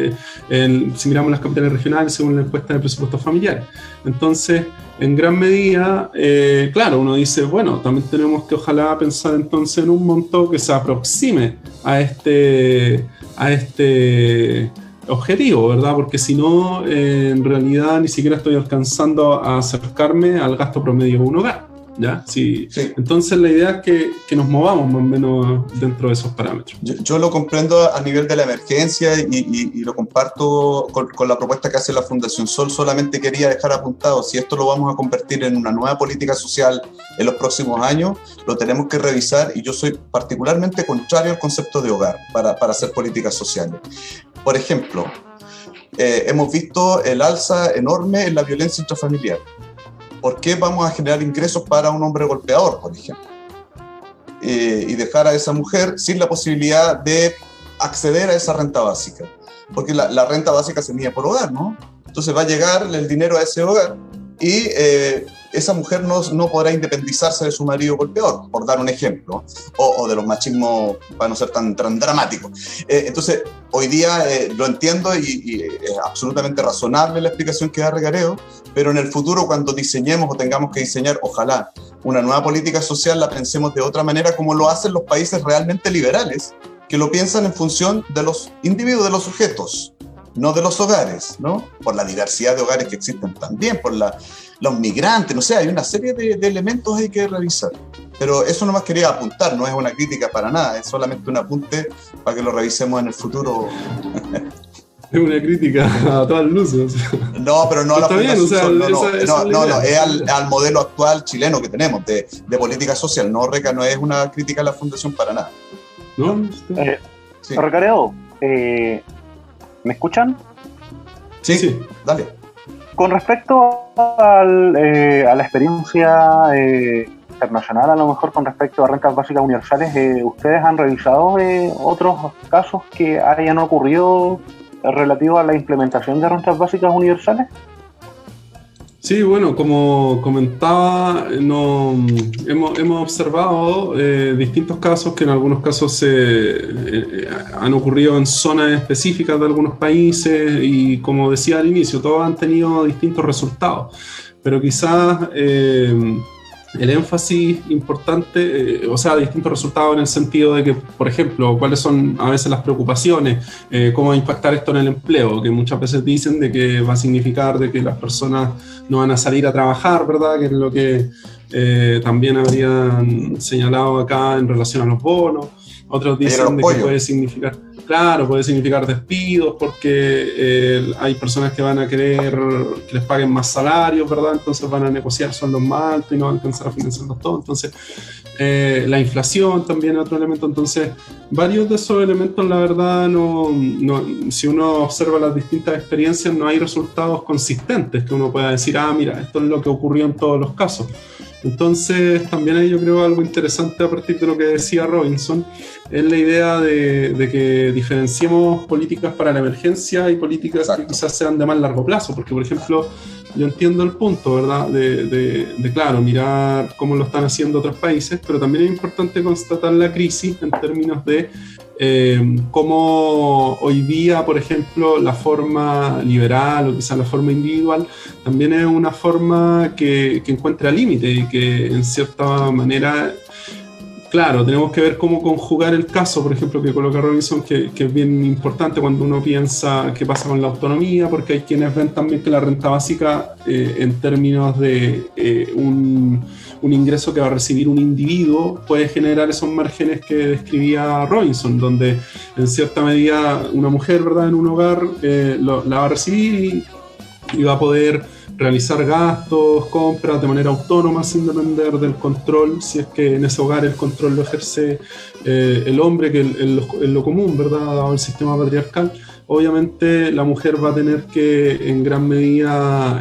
Si miramos las capitales regionales según la encuesta de presupuestos familiares. Entonces, en gran medida, claro, uno dice, bueno, también tenemos que ojalá pensar entonces en un monto que se aproxime a este objetivo, ¿verdad? Porque si no, en realidad ni siquiera estoy alcanzando a acercarme al gasto promedio de un hogar. ¿Ya? Sí. Entonces la idea es que nos movamos más o menos dentro de esos parámetros. Yo lo comprendo a nivel de la emergencia y lo comparto con la propuesta que hace la Fundación Sol. Solamente quería dejar apuntado, si esto lo vamos a convertir en una nueva política social en los próximos años, lo tenemos que revisar, y yo soy particularmente contrario al concepto de hogar para hacer políticas sociales. Por ejemplo, hemos visto el alza enorme en la violencia intrafamiliar. ¿Por qué vamos a generar ingresos para un hombre golpeador, por ejemplo? Y dejar a esa mujer sin la posibilidad de acceder a esa renta básica. Porque la renta básica se mide por hogar, ¿no? Entonces va a llegar el dinero a ese hogar y esa mujer no podrá independizarse de su marido golpeador, por dar un ejemplo, o de los machismos, para no ser tan dramático. Entonces, hoy día lo entiendo y es absolutamente razonable la explicación que da Recareo, pero en el futuro, cuando diseñemos o tengamos que diseñar, ojalá, una nueva política social, la pensemos de otra manera, como lo hacen los países realmente liberales, que lo piensan en función de los individuos, de los sujetos, no de los hogares, ¿no? Por la diversidad de hogares que existen también, por los migrantes, no sé, hay una serie de elementos ahí que revisar. Pero eso nomás quería apuntar, no es una crítica para nada, es solamente un apunte para que lo revisemos en el futuro. Es una crítica a todas luces. No, pero no a la Fundación Sol, no, es al al modelo actual chileno que tenemos de política social, no es una crítica a la Fundación para nada. ¿No? Sí. Recareo, ¿me escuchan? Sí, dale. Con respecto a la experiencia internacional, a lo mejor con respecto a rentas básicas universales, ¿ustedes han revisado otros casos que hayan ocurrido relativos a la implementación de rentas básicas universales? Sí, bueno, como comentaba, hemos observado distintos casos que en algunos casos han ocurrido en zonas específicas de algunos países y, como decía al inicio, todos han tenido distintos resultados, pero quizás el énfasis importante, distintos resultados en el sentido de que, por ejemplo, cuáles son a veces las preocupaciones, cómo va a impactar esto en el empleo, que muchas veces dicen de que va a significar de que las personas no van a salir a trabajar, ¿verdad? Que es lo que también habrían señalado acá en relación a los bonos. Otros dicen de que puede significar, claro, puede significar despidos porque hay personas que van a querer que les paguen más salarios, ¿verdad? Entonces van a negociar sueldos más altos y no van a alcanzar a financiarlos todo. Entonces, la inflación también es otro elemento. Entonces, varios de esos elementos, la verdad, si uno observa las distintas experiencias, no hay resultados consistentes que uno pueda decir, mira, esto es lo que ocurrió en todos los casos. Entonces, también hay, yo creo, algo interesante a partir de lo que decía Robinson, es la idea de que diferenciemos políticas para la emergencia y políticas que quizás sean de más largo plazo, porque, por ejemplo, yo entiendo el punto, ¿verdad?, de claro, mirar cómo lo están haciendo otros países, pero también es importante constatar la crisis en términos de cómo hoy día, por ejemplo, la forma liberal o quizás la forma individual también es una forma que encuentra límite y que en cierta manera, claro, tenemos que ver cómo conjugar el caso, por ejemplo, que coloca Robinson, que es bien importante cuando uno piensa qué pasa con la autonomía, porque hay quienes ven también que la renta básica en términos de un ingreso que va a recibir un individuo puede generar esos márgenes que describía Robinson, donde en cierta medida una mujer, ¿verdad?, en un hogar la va a recibir y va a poder realizar gastos, compras de manera autónoma sin depender del control, si es que en ese hogar el control lo ejerce el hombre, que es lo común, ¿verdad?, dado el sistema patriarcal. Obviamente la mujer va a tener que, en gran medida,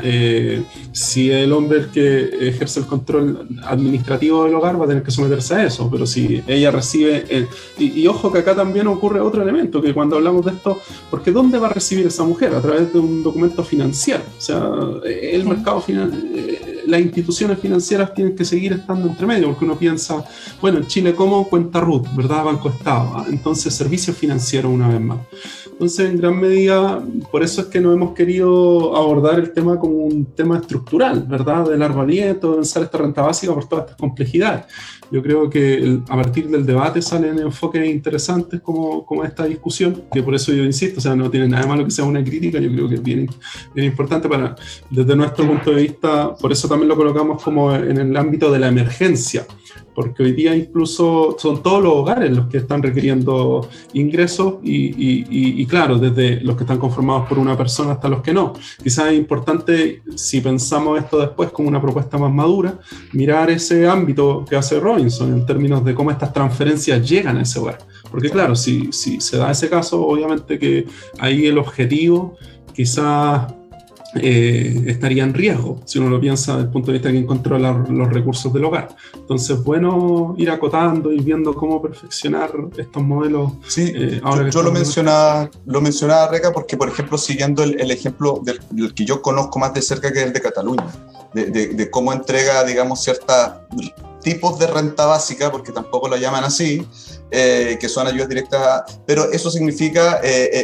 si el hombre es el que ejerce el control administrativo del hogar, va a tener que someterse a eso, pero si ella recibe... y ojo que acá también ocurre otro elemento, que cuando hablamos de esto, porque ¿dónde va a recibir esa mujer? A través de un documento financiero. O sea, el mercado las instituciones financieras tienen que seguir estando entre medio, porque uno piensa, bueno, en Chile, ¿cómo? Cuenta RUT, ¿verdad? Banco Estado. Entonces, servicios financieros una vez más. Entonces, en gran medida, por eso es que no hemos querido abordar el tema como un tema estructural, ¿verdad?, de largo aliento, de pensar esta renta básica por todas estas complejidades. Yo creo que a partir del debate salen enfoques interesantes como esta discusión, que por eso yo insisto, o sea, no tiene nada malo que sea una crítica, yo creo que es bien importante desde nuestro punto de vista, por eso también lo colocamos como en el ámbito de la emergencia, porque hoy día incluso son todos los hogares los que están requiriendo ingresos y claro, desde los que están conformados por una persona hasta los que no. Quizás es importante, si pensamos esto después como una propuesta más madura, mirar ese ámbito que hace Robinson en términos de cómo estas transferencias llegan a ese hogar. Porque claro, si se da ese caso, obviamente que ahí el objetivo quizás estaría en riesgo, si uno lo piensa desde el punto de vista de quien controla los recursos del hogar. Entonces, bueno, ir acotando, ir viendo cómo perfeccionar estos modelos. Sí, yo lo mencionaba, Reca, porque, por ejemplo, siguiendo el ejemplo del que yo conozco más de cerca, que es el de Cataluña, de cómo entrega, digamos, ciertos tipos de renta básica, porque tampoco la llaman así, que son ayudas directas, pero eso significa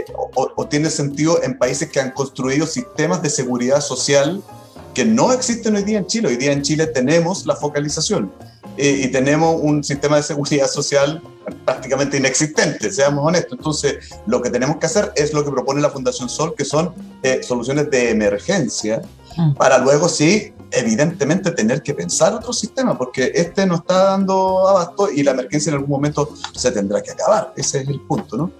o tiene sentido en países que han construido sistemas de seguridad social que no existen hoy día en Chile. Hoy día en Chile tenemos la focalización y tenemos un sistema de seguridad social prácticamente inexistente, seamos honestos. Entonces, lo que tenemos que hacer es lo que propone la Fundación Sol, que son soluciones de emergencia, para luego sí, evidentemente, tener que pensar otro sistema, porque este no está dando abasto y la emergencia en algún momento se tendrá que acabar. Ese es el punto, ¿no?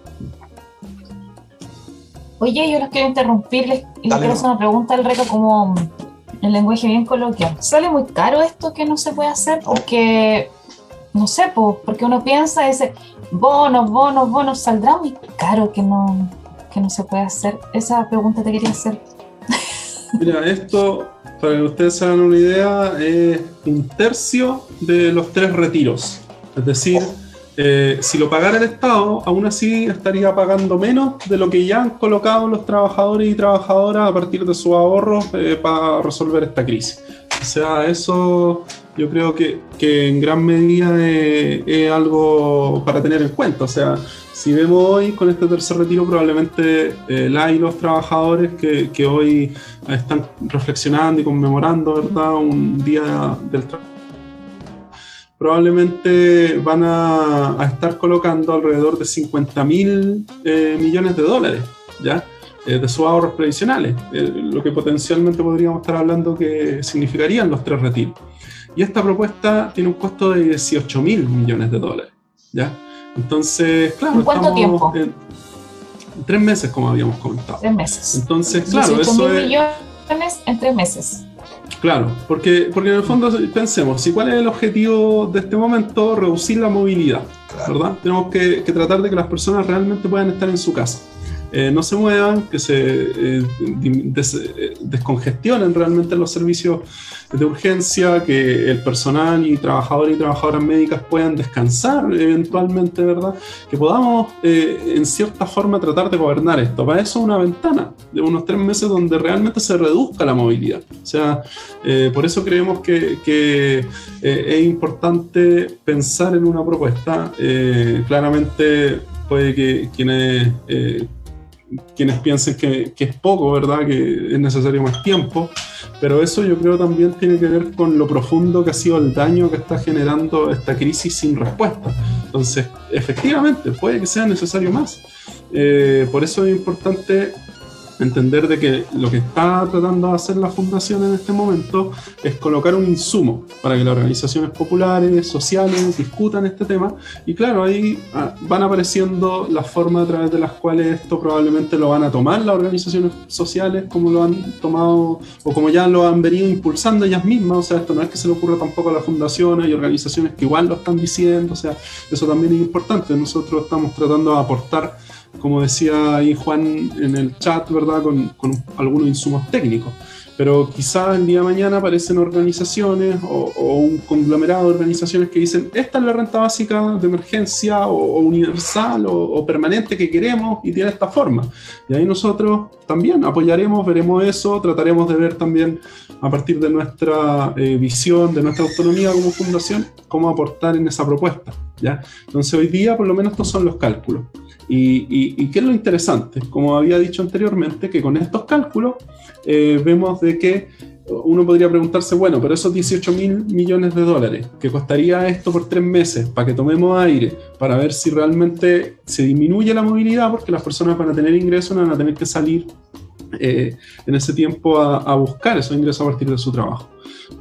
Oye, yo los quiero interrumpir, les quiero hacer una pregunta al Reca como en lenguaje bien coloquial. ¿Sale muy caro esto que no se puede hacer? Porque, no sé, porque uno piensa, dice, bonos, ¿saldrá muy caro que no se puede hacer? Esa pregunta te quería hacer. Mira, esto, para que ustedes se hagan una idea, es 1/3 de los 3 retiros. Es decir, si lo pagara el Estado, aún así estaría pagando menos de lo que ya han colocado los trabajadores y trabajadoras a partir de sus ahorros para resolver esta crisis. O sea, eso yo creo que en gran medida es algo para tener en cuenta. O sea, si vemos hoy con este tercer retiro, probablemente los trabajadores que hoy están reflexionando y conmemorando, ¿verdad?, un día del trabajo, probablemente van a estar colocando alrededor de 50.000 millones de dólares, ¿ya? De sus ahorros previsionales, lo que potencialmente podríamos estar hablando que significarían los 3 retiros. Y esta propuesta tiene un costo de 18.000 millones de dólares, ¿ya? Entonces, claro, ¿En cuánto tiempo? En 3 meses, como habíamos comentado. 3 meses. Entonces, claro, eso 18.000 millones en 3 meses. Claro, porque en el fondo pensemos, si cuál es el objetivo de este momento, reducir la movilidad, ¿verdad? Tenemos que tratar de que las personas realmente puedan estar en su casa. No se muevan, que se descongestionen realmente los servicios de urgencia, que el personal y trabajadores y trabajadoras médicas puedan descansar eventualmente, ¿verdad? Que podamos en cierta forma tratar de gobernar esto. Para eso una ventana de unos 3 meses donde realmente se reduzca la movilidad. O sea, por eso creemos que es importante pensar en una propuesta. Claramente puede que quienes piensen que es poco, ¿verdad?, que es necesario más tiempo, pero eso yo creo también tiene que ver con lo profundo que ha sido el daño que está generando esta crisis sin respuesta. Entonces, efectivamente, puede que sea necesario más. Por eso es importante entender de que lo que está tratando de hacer la Fundación en este momento es colocar un insumo para que las organizaciones populares, sociales, discutan este tema, y claro, ahí van apareciendo las formas a través de las cuales esto probablemente lo van a tomar las organizaciones sociales, como lo han tomado o como ya lo han venido impulsando ellas mismas. O sea, esto no es que se le ocurra tampoco a las fundaciones y organizaciones que igual lo están diciendo. O sea, eso también es importante. Nosotros estamos tratando de aportar, como decía ahí Juan en el chat, ¿verdad?, con algunos insumos técnicos. Pero quizá el día de mañana aparecen organizaciones o un conglomerado de organizaciones que dicen: esta es la renta básica de emergencia o universal o permanente que queremos y tiene esta forma. Y ahí nosotros también apoyaremos, veremos eso, trataremos de ver también a partir de nuestra visión, de nuestra autonomía como fundación, cómo aportar en esa propuesta, ¿ya? Entonces hoy día por lo menos estos son los cálculos. ¿Y qué es lo interesante? Como había dicho anteriormente, que con estos cálculos vemos de que uno podría preguntarse, bueno, pero esos 18.000 millones de dólares que costaría esto por 3 meses, para que tomemos aire, para ver si realmente se disminuye la movilidad, porque las personas van a tener ingresos, no van a tener que salir en ese tiempo a buscar esos ingresos a partir de su trabajo.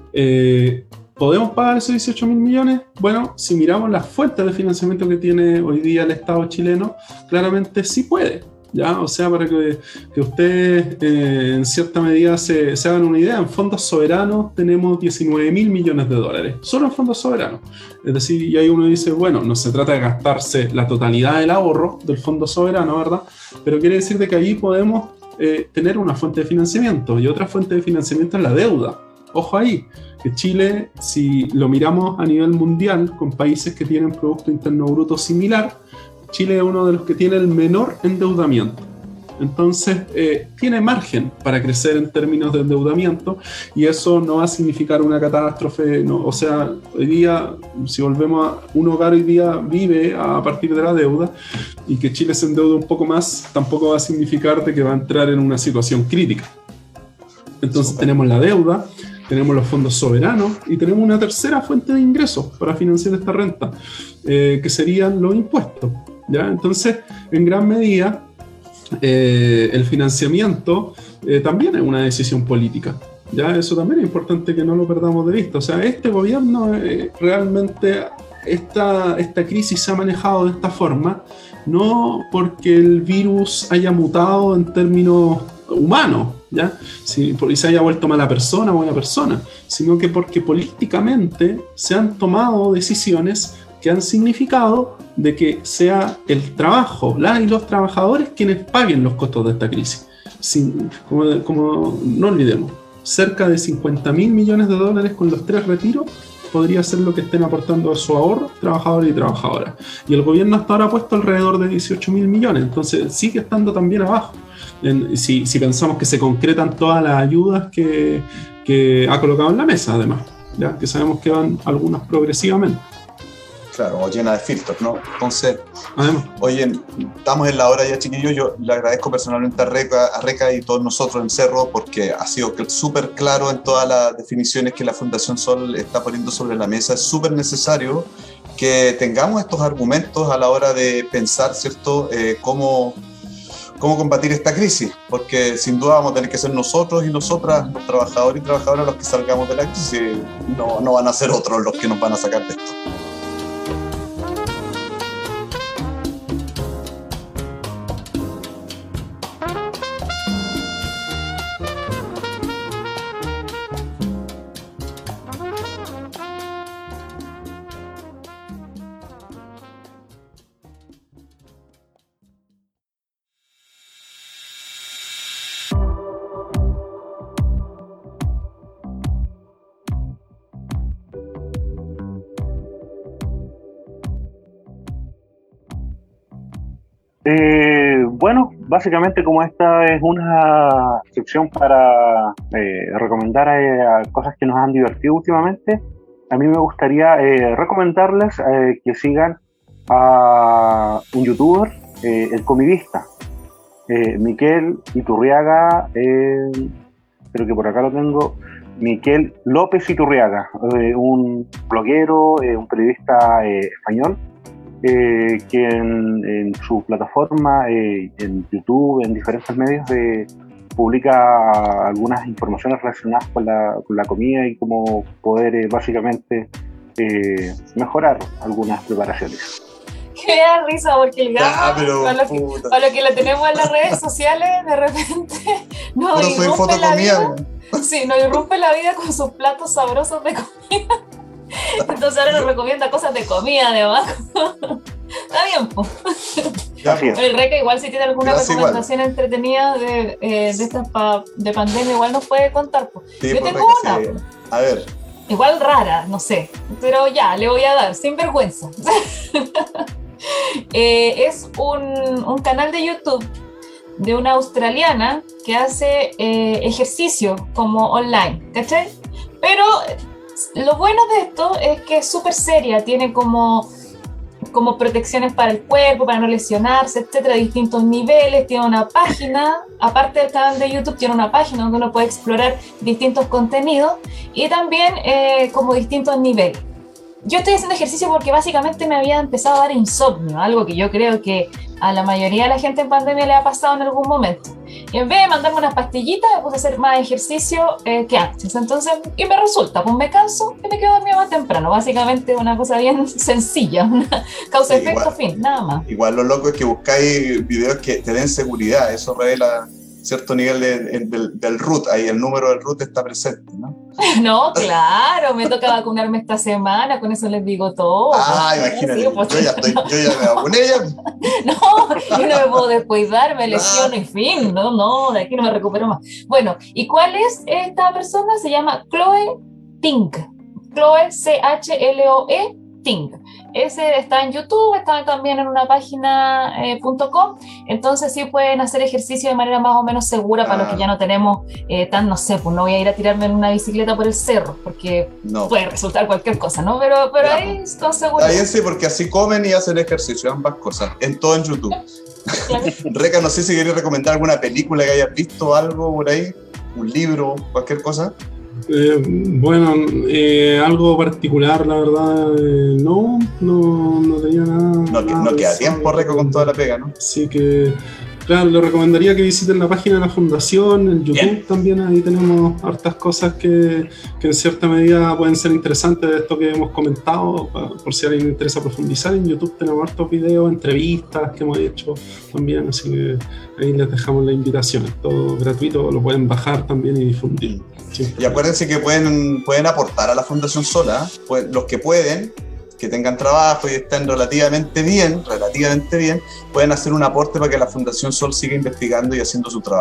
¿Podemos pagar esos 18.000 millones? Bueno, si miramos las fuentes de financiamiento que tiene hoy día el Estado chileno, claramente sí puede, ¿ya? O sea, para que ustedes en cierta medida se hagan una idea, en fondos soberanos tenemos 19.000 millones de dólares, solo en fondos soberanos. Es decir, y ahí uno dice, bueno, no se trata de gastarse la totalidad del ahorro del fondo soberano, ¿verdad? Pero quiere decir de que ahí podemos tener una fuente de financiamiento, y otra fuente de financiamiento es la deuda. Ojo ahí, que Chile, si lo miramos a nivel mundial, con países que tienen Producto Interno Bruto similar, Chile es uno de los que tiene el menor endeudamiento. Entonces, tiene margen para crecer en términos de endeudamiento, y eso no va a significar una catástrofe. No, o sea, hoy día, si volvemos a un hogar hoy día vive a partir de la deuda, y que Chile se endeude un poco más, tampoco va a significar de que va a entrar en una situación crítica. Entonces, tenemos la deuda, tenemos los fondos soberanos y tenemos una tercera fuente de ingresos para financiar esta renta, que serían los impuestos, ¿ya? Entonces, en gran medida, el financiamiento también es una decisión política, ¿ya? Eso también es importante que no lo perdamos de vista. O sea, este gobierno realmente, esta crisis se ha manejado de esta forma, no porque el virus haya mutado en términos humanos, ¿ya? Y se haya vuelto mala persona o buena persona, sino que porque políticamente se han tomado decisiones que han significado de que sea el trabajo, las y los trabajadores quienes paguen los costos de esta crisis. como no olvidemos, cerca de $50.000 millones con los 3 retiros podría ser lo que estén aportando a su ahorro trabajadores y trabajadoras. Y el gobierno hasta ahora ha puesto alrededor de 18.000 millones, entonces sigue estando también abajo. Si pensamos que se concretan todas las ayudas que ha colocado en la mesa, además, ya que sabemos que van algunas progresivamente. Claro, o llena de filtros, ¿no? Entonces, además, oye, estamos en la hora ya, chiquillos. Yo le agradezco personalmente a Reca y todos nosotros en Cerro, porque ha sido súper claro en todas las definiciones que la Fundación Sol está poniendo sobre la mesa. Es súper necesario que tengamos estos argumentos a la hora de pensar, ¿cierto?, cómo combatir esta crisis, porque sin duda vamos a tener que ser nosotros y nosotras, los trabajadores y trabajadoras, los que salgamos de la crisis. No van a ser otros los que nos van a sacar de esto. Bueno, básicamente como esta es una sección para recomendar cosas que nos han divertido últimamente, a mí me gustaría recomendarles que sigan a un youtuber, el comidista, Miquel Iturriaga, creo que por acá lo tengo, Miquel López Iturriaga, un bloguero, un periodista español, que en su plataforma, en YouTube, en diferentes medios, publica algunas informaciones relacionadas con la comida y cómo poder básicamente mejorar algunas preparaciones. Que me da risa porque el Gama, para lo que lo tenemos en las redes sociales, de repente nos irrumpe la vida. Sí, nos irrumpe la vida con sus platos sabrosos de comida. Entonces ahora nos recomienda cosas de comida, además. Está bien, pues. El Reca igual si tiene alguna recomendación entretenida de estas de pandemia, igual nos puede contar, pues. Sí, yo tengo una. Sí. A ver. Igual rara, no sé, pero ya, le voy a dar, sin vergüenza. Es un canal de YouTube de una australiana que hace ejercicio como online, ¿cachai? Pero lo bueno de esto es que es súper seria, tiene como protecciones para el cuerpo, para no lesionarse, etcétera, de distintos niveles. Tiene una página, aparte del canal de YouTube, tiene una página donde uno puede explorar distintos contenidos y también como distintos niveles. Yo estoy haciendo ejercicio porque básicamente me había empezado a dar insomnio, algo que yo creo que a la mayoría de la gente en pandemia le ha pasado en algún momento. Y en vez de mandarme unas pastillitas, me puse a hacer más ejercicio que antes. Entonces, y me resulta, pues me canso y me quedo dormida más temprano. Básicamente una cosa bien sencilla, una causa-efecto, fin, nada más. Igual lo loco es que buscáis videos que te den seguridad, eso revela cierto nivel del root, ahí el número del root está presente, ¿no? No, claro, me toca vacunarme esta semana, con eso les digo todo. Imagínate, sí, pues, yo ya me vacuné ya. No, yo no me puedo descuidar, me lesiono y fin, no, de aquí no me recupero más. Bueno, ¿y cuál es esta persona? Se llama Chloe Ting, Chloe CHLOE Ting. Ese está en YouTube, está también en una página .com, entonces sí pueden hacer ejercicio de manera más o menos segura para los que ya no tenemos no sé, pues no voy a ir a tirarme en una bicicleta por el cerro, porque puede resultar cualquier cosa, ¿no? Pero ya, ahí con seguridad. Ahí sí, porque así comen y hacen ejercicio, ambas cosas, en todo en YouTube. Claro. Reca, no sé si querías recomendar alguna película que hayas visto, algo por ahí, un libro, cualquier cosa. Bueno, algo particular, la verdad, no tenía nada. No queda tiempo, Reco, con toda la pega, ¿no? Así que, claro, le recomendaría que visiten la página de la Fundación, en YouTube. Bien. También ahí tenemos hartas cosas que en cierta medida pueden ser interesantes de esto que hemos comentado, por si a alguien le interesa profundizar. En YouTube tenemos hartos videos, entrevistas que hemos hecho también, así que ahí les dejamos la invitación. Es todo gratuito, lo pueden bajar también y difundir. Sí. Y acuérdense que pueden aportar a la Fundación Sola, pues, los que pueden, que tengan trabajo y estén relativamente bien, pueden hacer un aporte para que la Fundación Sol siga investigando y haciendo su trabajo.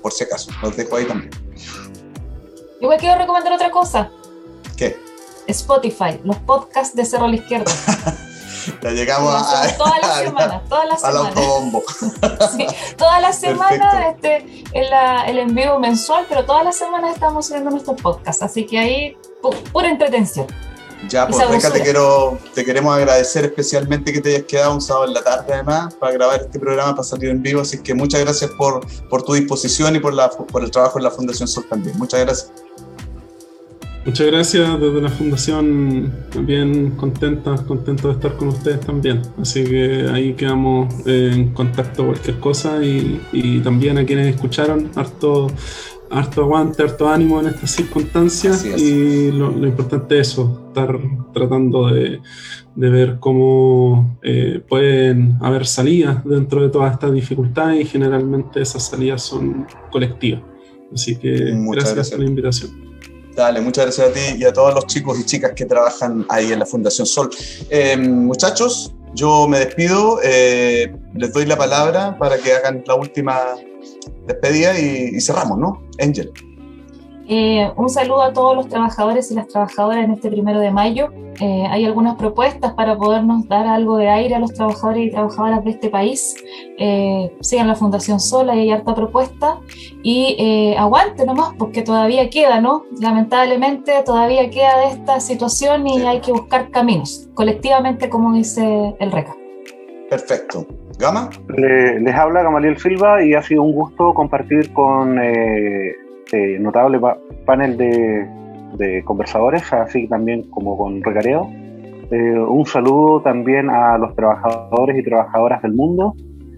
por si acaso, los dejo ahí también. Igual quiero recomendar otra cosa. ¿Qué? Spotify, los podcasts de Cerro a la Izquierda. Ya llegamos todas las semanas. Al autobombo. Sí, todas las semanas el envío mensual, pero todas las semanas estamos subiendo nuestros podcasts, así que ahí pura entretención. Ya, pues Reca, te queremos agradecer especialmente que te hayas quedado un sábado en la tarde además para grabar este programa, para salir en vivo, así que muchas gracias por tu disposición y por el trabajo en la Fundación Sol también. Muchas gracias. Muchas gracias, desde la Fundación también contento de estar con ustedes también, así que ahí quedamos en contacto cualquier cosa y también a quienes escucharon, harto aguante, harto ánimo en estas circunstancias y lo importante es eso, estar tratando de ver cómo pueden haber salidas dentro de todas estas dificultades y generalmente esas salidas son colectivas, así que gracias por la invitación. Dale, muchas gracias a ti y a todos los chicos y chicas que trabajan ahí en la Fundación Sol. Muchachos, yo me despido, les doy la palabra para que hagan la última despedida y cerramos, ¿no? Angel. Un saludo a todos los trabajadores y las trabajadoras en este 1 de mayo. Hay algunas propuestas para podernos dar algo de aire a los trabajadores y trabajadoras de este país. Sigan la Fundación Sol, hay harta propuesta. Y aguante nomás, porque todavía queda, ¿no? Lamentablemente todavía queda de esta situación y hay que buscar caminos, colectivamente, como dice el Reca. Perfecto. ¿Gama? Les habla Gamaliel Silva y ha sido un gusto compartir con notable panel de conversadores, así también como con Recareo. Un saludo también a los trabajadores y trabajadoras del mundo.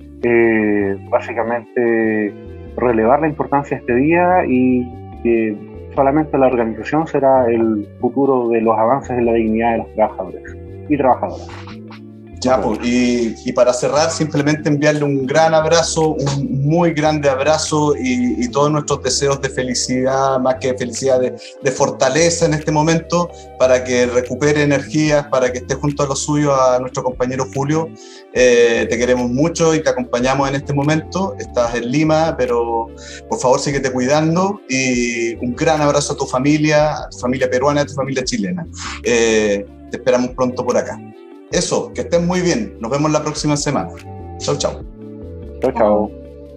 Básicamente relevar la importancia de este día y que solamente la organización será el futuro de los avances en la dignidad de los trabajadores y trabajadoras. Ya, pues, y para cerrar, simplemente enviarle un gran abrazo, un muy grande abrazo y todos nuestros deseos de felicidad, más que de felicidad, de fortaleza en este momento, para que recupere energías, para que esté junto a los suyos, a nuestro compañero Julio. Te queremos mucho y te acompañamos en este momento. Estás en Lima, pero por favor síguete cuidando y un gran abrazo a tu familia peruana, a tu familia chilena. Te esperamos pronto por acá. Eso, que estén muy bien. Nos vemos la próxima semana. Chau, chau. Chau, chau.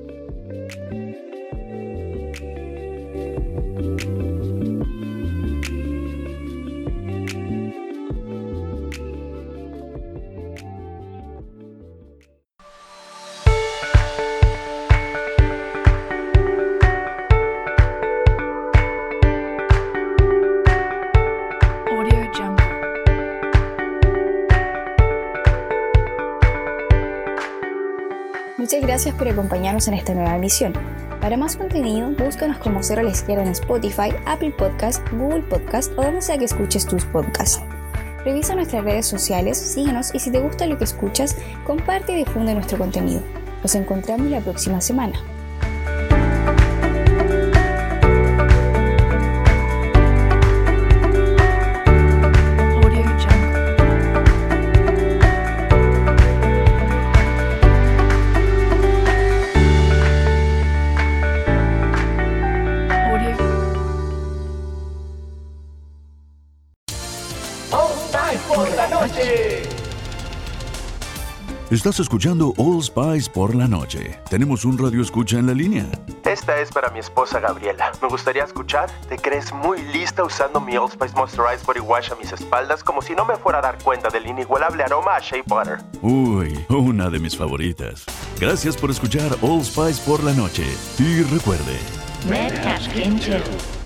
Muchas gracias por acompañarnos en esta nueva emisión. Para más contenido, búscanos como Cerro a la Izquierda en Spotify, Apple Podcast, Google Podcast o donde sea que escuches tus podcasts. Revisa nuestras redes sociales, síguenos y si te gusta lo que escuchas, comparte y difunde nuestro contenido. Nos encontramos la próxima semana. Estás escuchando All Spice por la noche. Tenemos un radio escucha en la línea. Esta es para mi esposa Gabriela. Me gustaría escuchar ¿Te crees muy lista usando mi All Spice Moisturized Body Wash a mis espaldas como si no me fuera a dar cuenta del inigualable aroma a Shea Butter? Uy, una de mis favoritas. Gracias por escuchar All Spice por la noche. Y recuerde... Red Hash Game 2.